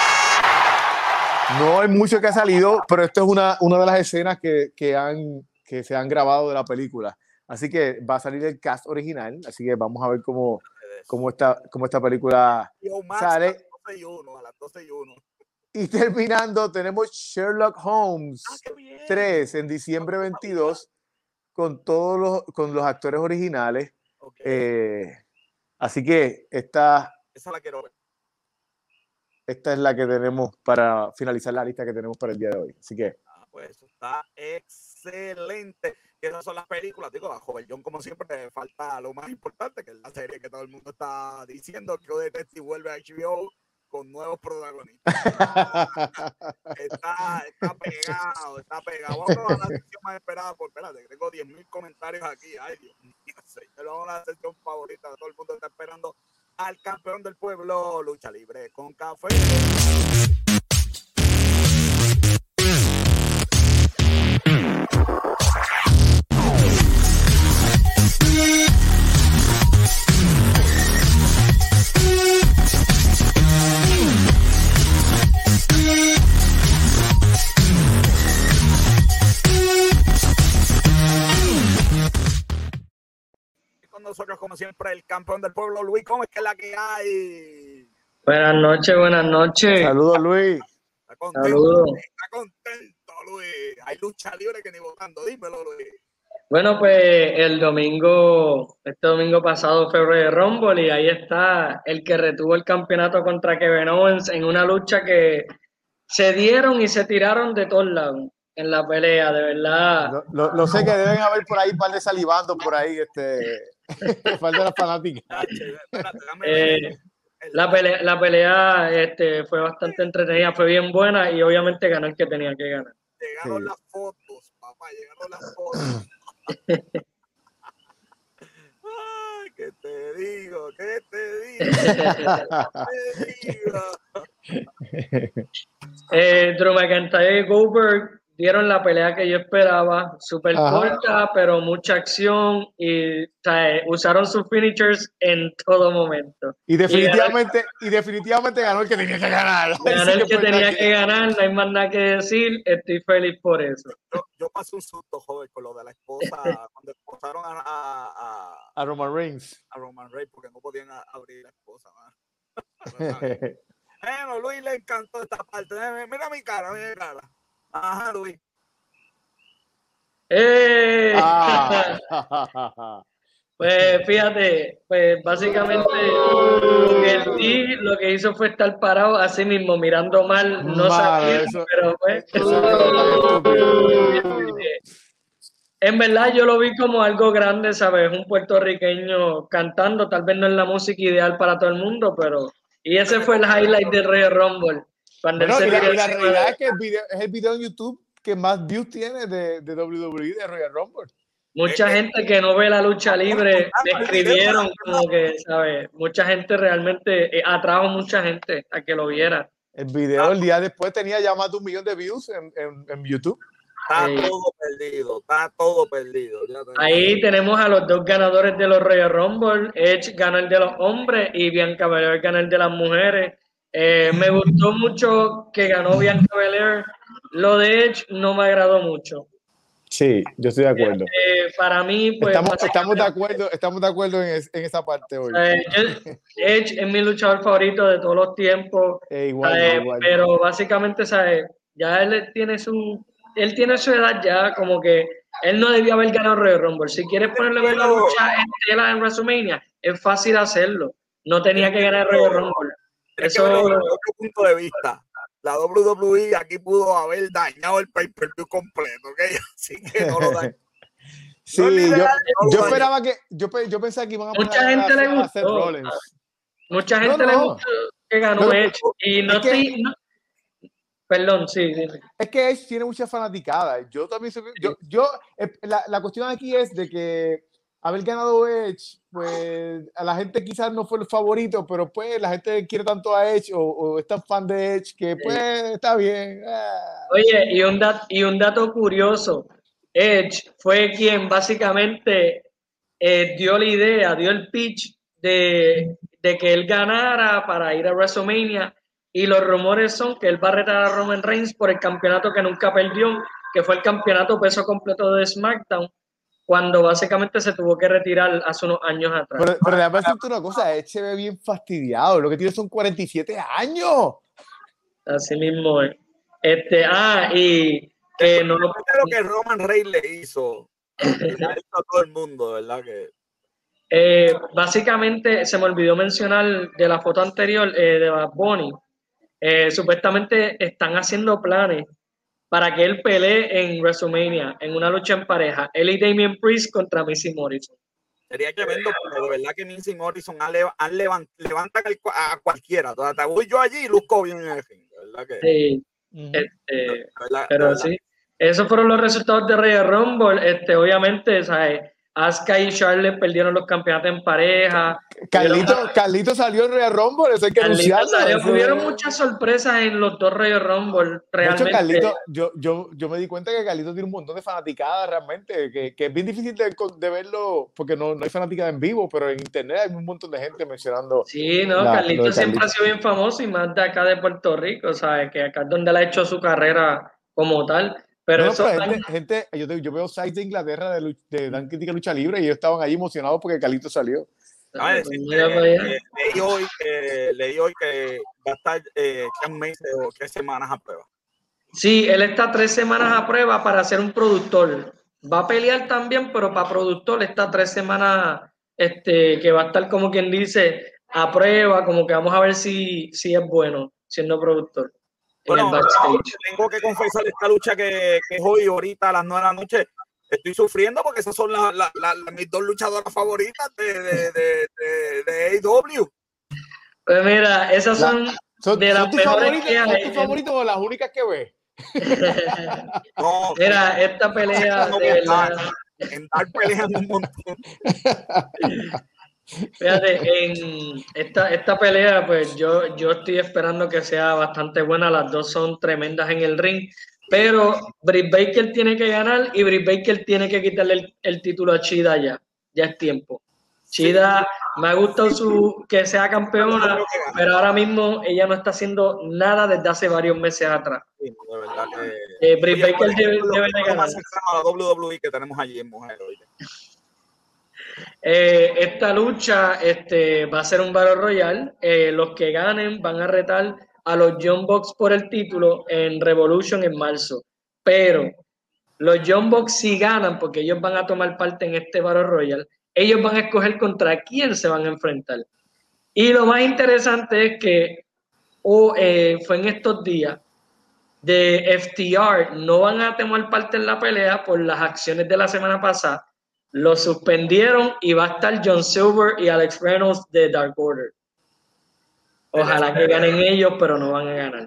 No hay mucho que ha salido, pero esto es una, una de las escenas que, que, han, que se han grabado de la película. Así que va a salir el cast original. Así que vamos a ver cómo, cómo, esta, cómo esta película sale. A las doce y uno, a las doce y uno. Y terminando, tenemos Sherlock Holmes ah, tres en diciembre veintidós con todos los, con los actores originales. Okay. Eh, así que esta... Esa la quiero ver. Esta es la que tenemos para finalizar la lista que tenemos para el día de hoy. Así que... Ah, pues eso está excelente. Y esas son las películas. Digo, a Joven John, como siempre, falta lo más importante, que es la serie que todo el mundo está diciendo, que True Detective vuelve a H B O con nuevos protagonistas. Está, está pegado, está pegado. Vamos a la sección más esperada. Por, espérate, tengo diez mil comentarios aquí. Ay, Dios mío. Vamos a la sección favorita. Todo el mundo está esperando al campeón del pueblo, Lucha Libre con Café. Nosotros, como siempre, el campeón del pueblo, Luis. ¿Cómo es que es la que hay? Buenas noches, buenas noches. Saludos, Luis. Está contento, Saludos. Está contento, Luis. Hay lucha libre que ni votando. Dímelo, Luis. Bueno, pues el domingo, este domingo pasado fue Royal Rumble y ahí está el que retuvo el campeonato contra Kevin Owens en una lucha que se dieron y se tiraron de todos lados en la pelea, de verdad. Lo, lo, lo sé que deben haber por ahí un par de salivando por ahí, este, par de las fanáticas. Eh, la pelea, la pelea este, fue bastante entretenida, fue bien buena y obviamente ganó el que tenía que ganar. Llegaron sí. las fotos, papá. para llegar a las cosas. Ay, ¿qué te digo? ¿Qué te digo? ¿Qué te digo? eh, Drew McIntyre y Goldberg dieron la pelea que yo esperaba, súper corta, pero mucha acción y o sea, usaron sus finishers en todo momento. Y definitivamente, y, y definitivamente ganó el que tenía que ganar. Ganó el que tenía que, que ganar, no hay más nada que decir, estoy feliz por eso. Yo, yo pasé un susto, joven, con lo de la esposa, cuando esposaron a, a, a, a Roman Reigns. A Roman Reigns, porque no podían abrir la esposa, man. Bueno, Luis le encantó esta parte. Mira mi cara, mira mi cara. Ajá, Luis. ¡Eh! Ah. Pues fíjate, pues básicamente lo que el T lo que hizo fue estar parado así mismo, mirando mal, no sabía, pero pues. En verdad yo lo vi como algo grande, ¿sabes? Un puertorriqueño cantando, tal vez no es la música ideal para todo el mundo, pero. Y ese fue el highlight del Royal Rumble. Cuando bueno, y la, y la realidad de... es que el video, es el video en YouTube que más views tiene de, de W W E, de Royal Rumble. Mucha eh, gente que no ve la lucha libre me escribieron como que, ¿sabes? Mucha gente realmente eh, atrajo mucha gente a que lo viera. El video el día después tenía ya más de un millón de views en, en, en YouTube. Está sí. todo perdido, está todo perdido. Ya Ahí tenemos a los dos ganadores de los Royal Rumble. Edge ganó el de los hombres y Bianca Belair ganó el de las mujeres. Eh, me gustó mucho que ganó Bianca Belair. Lo de Edge no me agradó mucho. Sí, yo estoy de acuerdo. Eh, para mí, pues. Estamos, estamos, de acuerdo, estamos de acuerdo en, es, en esa parte hoy. Eh, yo, Edge es mi luchador favorito de todos los tiempos. Eh, igual, eh, igual. Pero básicamente, ¿sabes? Ya él tiene su. Él tiene su edad ya, como que él no debía haber ganado Royal Rumble. Si quieres ponerle ver la lucha en tela en WrestleMania, es fácil hacerlo. No tenía que ganar Royal Rumble. Eso es otro punto de vista. La W W E aquí pudo haber dañado el pay-per-view completo, ¿ok? Así que no lo dañó. Sí, no yo, no yo esperaba que, yo, yo pensaba que iban a Mucha gente a, le a hacer gustó. Rollins. Mucha gente no, no. le gustó que ganó no, Edge. Y no, es que, te, no Perdón, sí, dime. Es que Edge tiene mucha fanaticada. Yo también soy, sí. yo, yo la, la cuestión aquí es de que haber ganado Edge, pues a la gente quizás no fue el favorito, pero pues la gente quiere tanto a Edge o, o es tan fan de Edge que pues sí. Está bien. Ah. Oye, y un, dat, y un dato curioso, Edge fue quien básicamente eh, dio la idea, dio el pitch de, de que él ganara para ir a WrestleMania. Y los rumores son que él va a retar a Roman Reigns por el campeonato que nunca perdió, que fue el campeonato peso completo de SmackDown, cuando básicamente se tuvo que retirar hace unos años atrás. Pero, pero déjame decirte una cosa, Edge se ve bien fastidiado, lo que tiene son cuarenta y siete años. Así mismo es. Este, ah, y que no lo que Roman Reigns le hizo, le ha hecho a todo el mundo, ¿verdad? Que... Eh, básicamente, se me olvidó mencionar de la foto anterior eh, de Bad Bunny. Eh, supuestamente están haciendo planes para que él pelee en WrestleMania, en una lucha en pareja. Él y Damian Priest contra Missy Morrison. Sería tremendo, pero de verdad que Missy Morrison han, leva, han levant, levanta a cualquiera. Te voy yo allí y luzco bien en el ring, ¿verdad? Que, sí, uh-huh. este, ¿verdad? Pero ¿verdad? Sí. Esos fueron los resultados de Royal Rumble. Este, obviamente, ¿sabes? Asuka y Charlotte perdieron los campeonatos en pareja. Carlito, pero... Carlito salió en Royal Rumble, eso hay que anunciarlo. Hubieron muchas sorpresas en los dos Royal Rumble, realmente. De hecho, Carlito, yo, yo, yo me di cuenta que Carlito tiene un montón de fanaticadas realmente, que, que es bien difícil de, de verlo, porque no, no hay fanaticada en vivo, pero en internet hay un montón de gente mencionando. Sí, no, la, Carlito siempre Carlito. Ha sido bien famoso y más de acá de Puerto Rico, ¿sabes? Que acá es donde él ha hecho su carrera como tal. Pero, no, eso pero gente, gente, yo, te, yo veo sites de Inglaterra de, de Dan Crítica Lucha Libre y ellos estaban ahí emocionados porque Carlito salió. No, es decir, eh, eh, leí, hoy que, leí hoy que va a estar eh, tres meses o tres semanas a prueba. Sí, él está tres semanas a prueba para ser un productor. Va a pelear también, pero para productor está tres semanas este, que va a estar como quien dice a prueba, como que vamos a ver si, si es bueno siendo productor. Bueno, tengo que confesar esta lucha que, que es hoy, ahorita a las nueve de la noche. Estoy sufriendo porque esas son la, la, la, la, mis dos luchadoras favoritas de, de, de, de, de A E W. Pues mira, esas son, la, son de las ¿son mejores favoritas, que hay. ¿Son tus favoritas o las únicas que ves? No, Mira, esta pelea no, de verdad. en dar peleando un montón. Fíjate, en esta, esta pelea, pues yo, yo estoy esperando que sea bastante buena. Las dos son tremendas en el ring. Pero Britt Baker tiene que ganar y Britt Baker tiene que quitarle el, el título a Shida ya. Ya es tiempo. Shida, me ha gustado su, que sea campeona, pero ahora mismo ella no está haciendo nada desde hace varios meses atrás. Sí, de verdad que... Eh, Britt Oye, Baker debe, lo, debe lo, de ganar. más cercano a la doble u doble u E que tenemos allí en mujer, oye. Eh, esta lucha este, va a ser un Battle Royale. Eh, los que ganen van a retar a los Young Bucks por el título en Revolution en marzo. Pero los Young Bucks si ganan, porque ellos van a tomar parte en este Battle Royale, ellos van a escoger contra quién se van a enfrentar. Y lo más interesante es que oh, eh, fue en estos días de F T R, no van a tomar parte en la pelea por las acciones de la semana pasada. Lo suspendieron y va a estar John Silver y Alex Reynolds de Dark Order. Ojalá que ganen ellos, pero no van a ganar.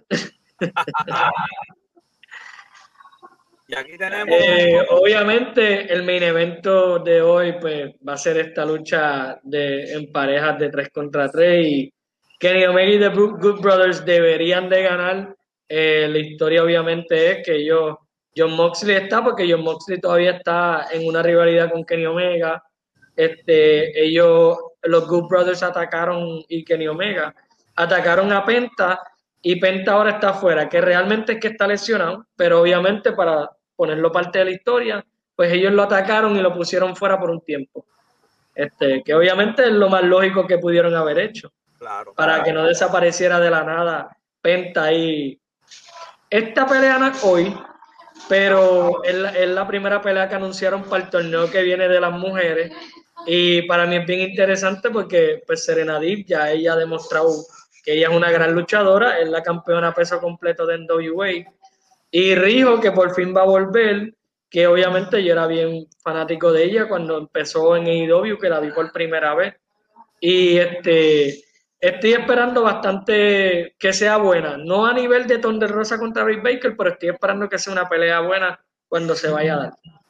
Y aquí tenemos... Eh, obviamente, el main evento de hoy pues, va a ser esta lucha de, en parejas de tres contra tres. Y Kenny Omega y The Good Brothers deberían de ganar. Eh, la historia, obviamente, es que ellos, John Moxley está, porque John Moxley todavía está en una rivalidad con Kenny Omega. Este, ellos, los Good Brothers atacaron y Kenny Omega atacaron a Penta. Y Penta ahora está afuera, que realmente es que está lesionado, pero obviamente para ponerlo parte de la historia, pues ellos lo atacaron y lo pusieron fuera por un tiempo. Este, que obviamente es lo más lógico que pudieron haber hecho. Claro. Para que no desapareciera de la nada Penta y... Esta pelea no es hoy, pero es la, es la primera pelea que anunciaron para el torneo que viene de las mujeres. Y para mí es bien interesante porque pues Serena Deeb ya ella ha demostrado que ella es una gran luchadora, es la campeona peso completo de N W A. Y Riho, que por fin va a volver, que obviamente yo era bien fanático de ella cuando empezó en A E W, que la vi por primera vez. Y este, estoy esperando bastante que sea buena. No a nivel de Thunder Rosa contra Britt Baker, pero estoy esperando que sea una pelea buena cuando se vaya a dar.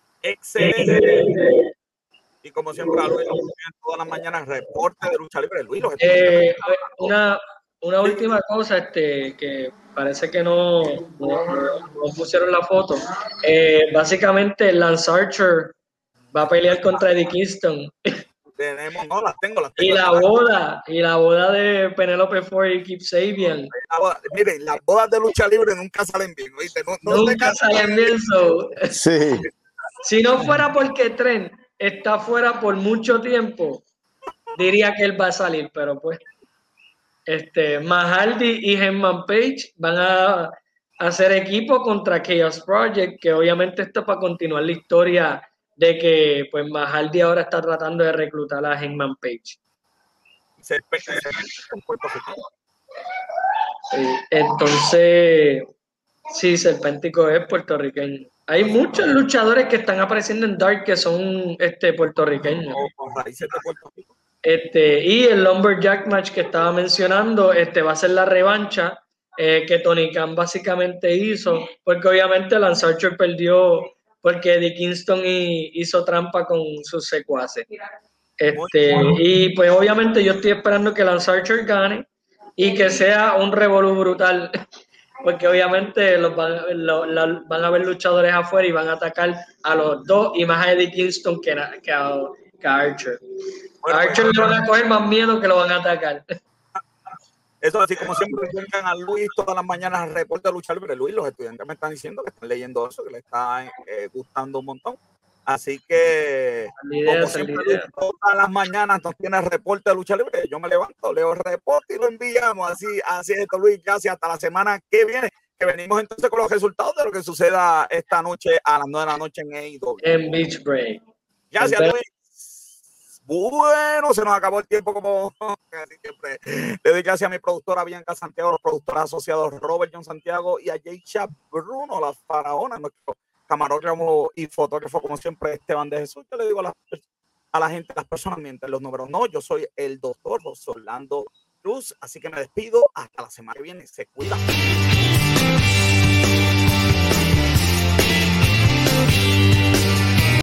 Excelente. Y como siempre, a Luis, todas las mañanas, reporte de lucha libre. Luis, los eh, una, una última cosa, este, que parece que no, no, no pusieron la foto. Eh, básicamente, Lance Archer va a pelear contra Eddie Kingston. Tenemos, no, las tengo, las tengo. Y la boda, y la boda de Penelope Ford y Kip Sabian. La miren, las bodas de lucha libre nunca salen bien, ¿oíste? No, no nunca salen bien. So. Sí. Si no fuera porque Trent está fuera por mucho tiempo, diría que él va a salir, pero pues este, Mahaldi y Hangman Page van a hacer equipo contra Chaos Project, que obviamente esto es para continuar la historia de que pues Mahaldi ahora está tratando de reclutar a Hangman Page. Entonces, sí, Serpéntico es puertorriqueño. Hay muchos luchadores que están apareciendo en Dark que son este, puertorriqueños. Este, y el Lumberjack match que estaba mencionando este, va a ser la revancha eh, que Tony Khan básicamente hizo, porque obviamente Lance Archer perdió porque Eddie Kingston y, hizo trampa con sus secuaces. Este, y pues obviamente yo estoy esperando que Lance Archer gane y que sea un revolú brutal, porque obviamente los van, lo, la, van a haber luchadores afuera y van a atacar a los dos y más a Eddie Kingston que, que, a, que a Archer. A Archer le van a coger más miedo que lo van a atacar. Eso así como siempre vengan a Luis todas las mañanas al reporte de lucha libre. Luis, los estudiantes me están diciendo que están leyendo eso, que les está eh, gustando un montón. Así que, idea, como siempre, Luis, todas las mañanas nos tiene el reporte de lucha libre. Yo me levanto, leo el reporte y lo enviamos. Así, así es esto, Luis. Gracias. Hasta la semana que viene. Que venimos entonces con los resultados de lo que suceda esta noche a las nueve de la noche en A E W. En Beach Break. Gracias, Luis. Bueno, se nos acabó el tiempo como siempre. Le doy gracias a mi productora Bianca Santiago, los productores asociados Robert John Santiago y a Jaycha Bruno, la faraona, nuestro camarógrafo y fotógrafo, como siempre, Esteban de Jesús. Yo le digo a la, a la gente, las personas mienten los números. No, yo soy el doctor José Orlando Cruz, así que me despido hasta la semana que viene. Se cuida.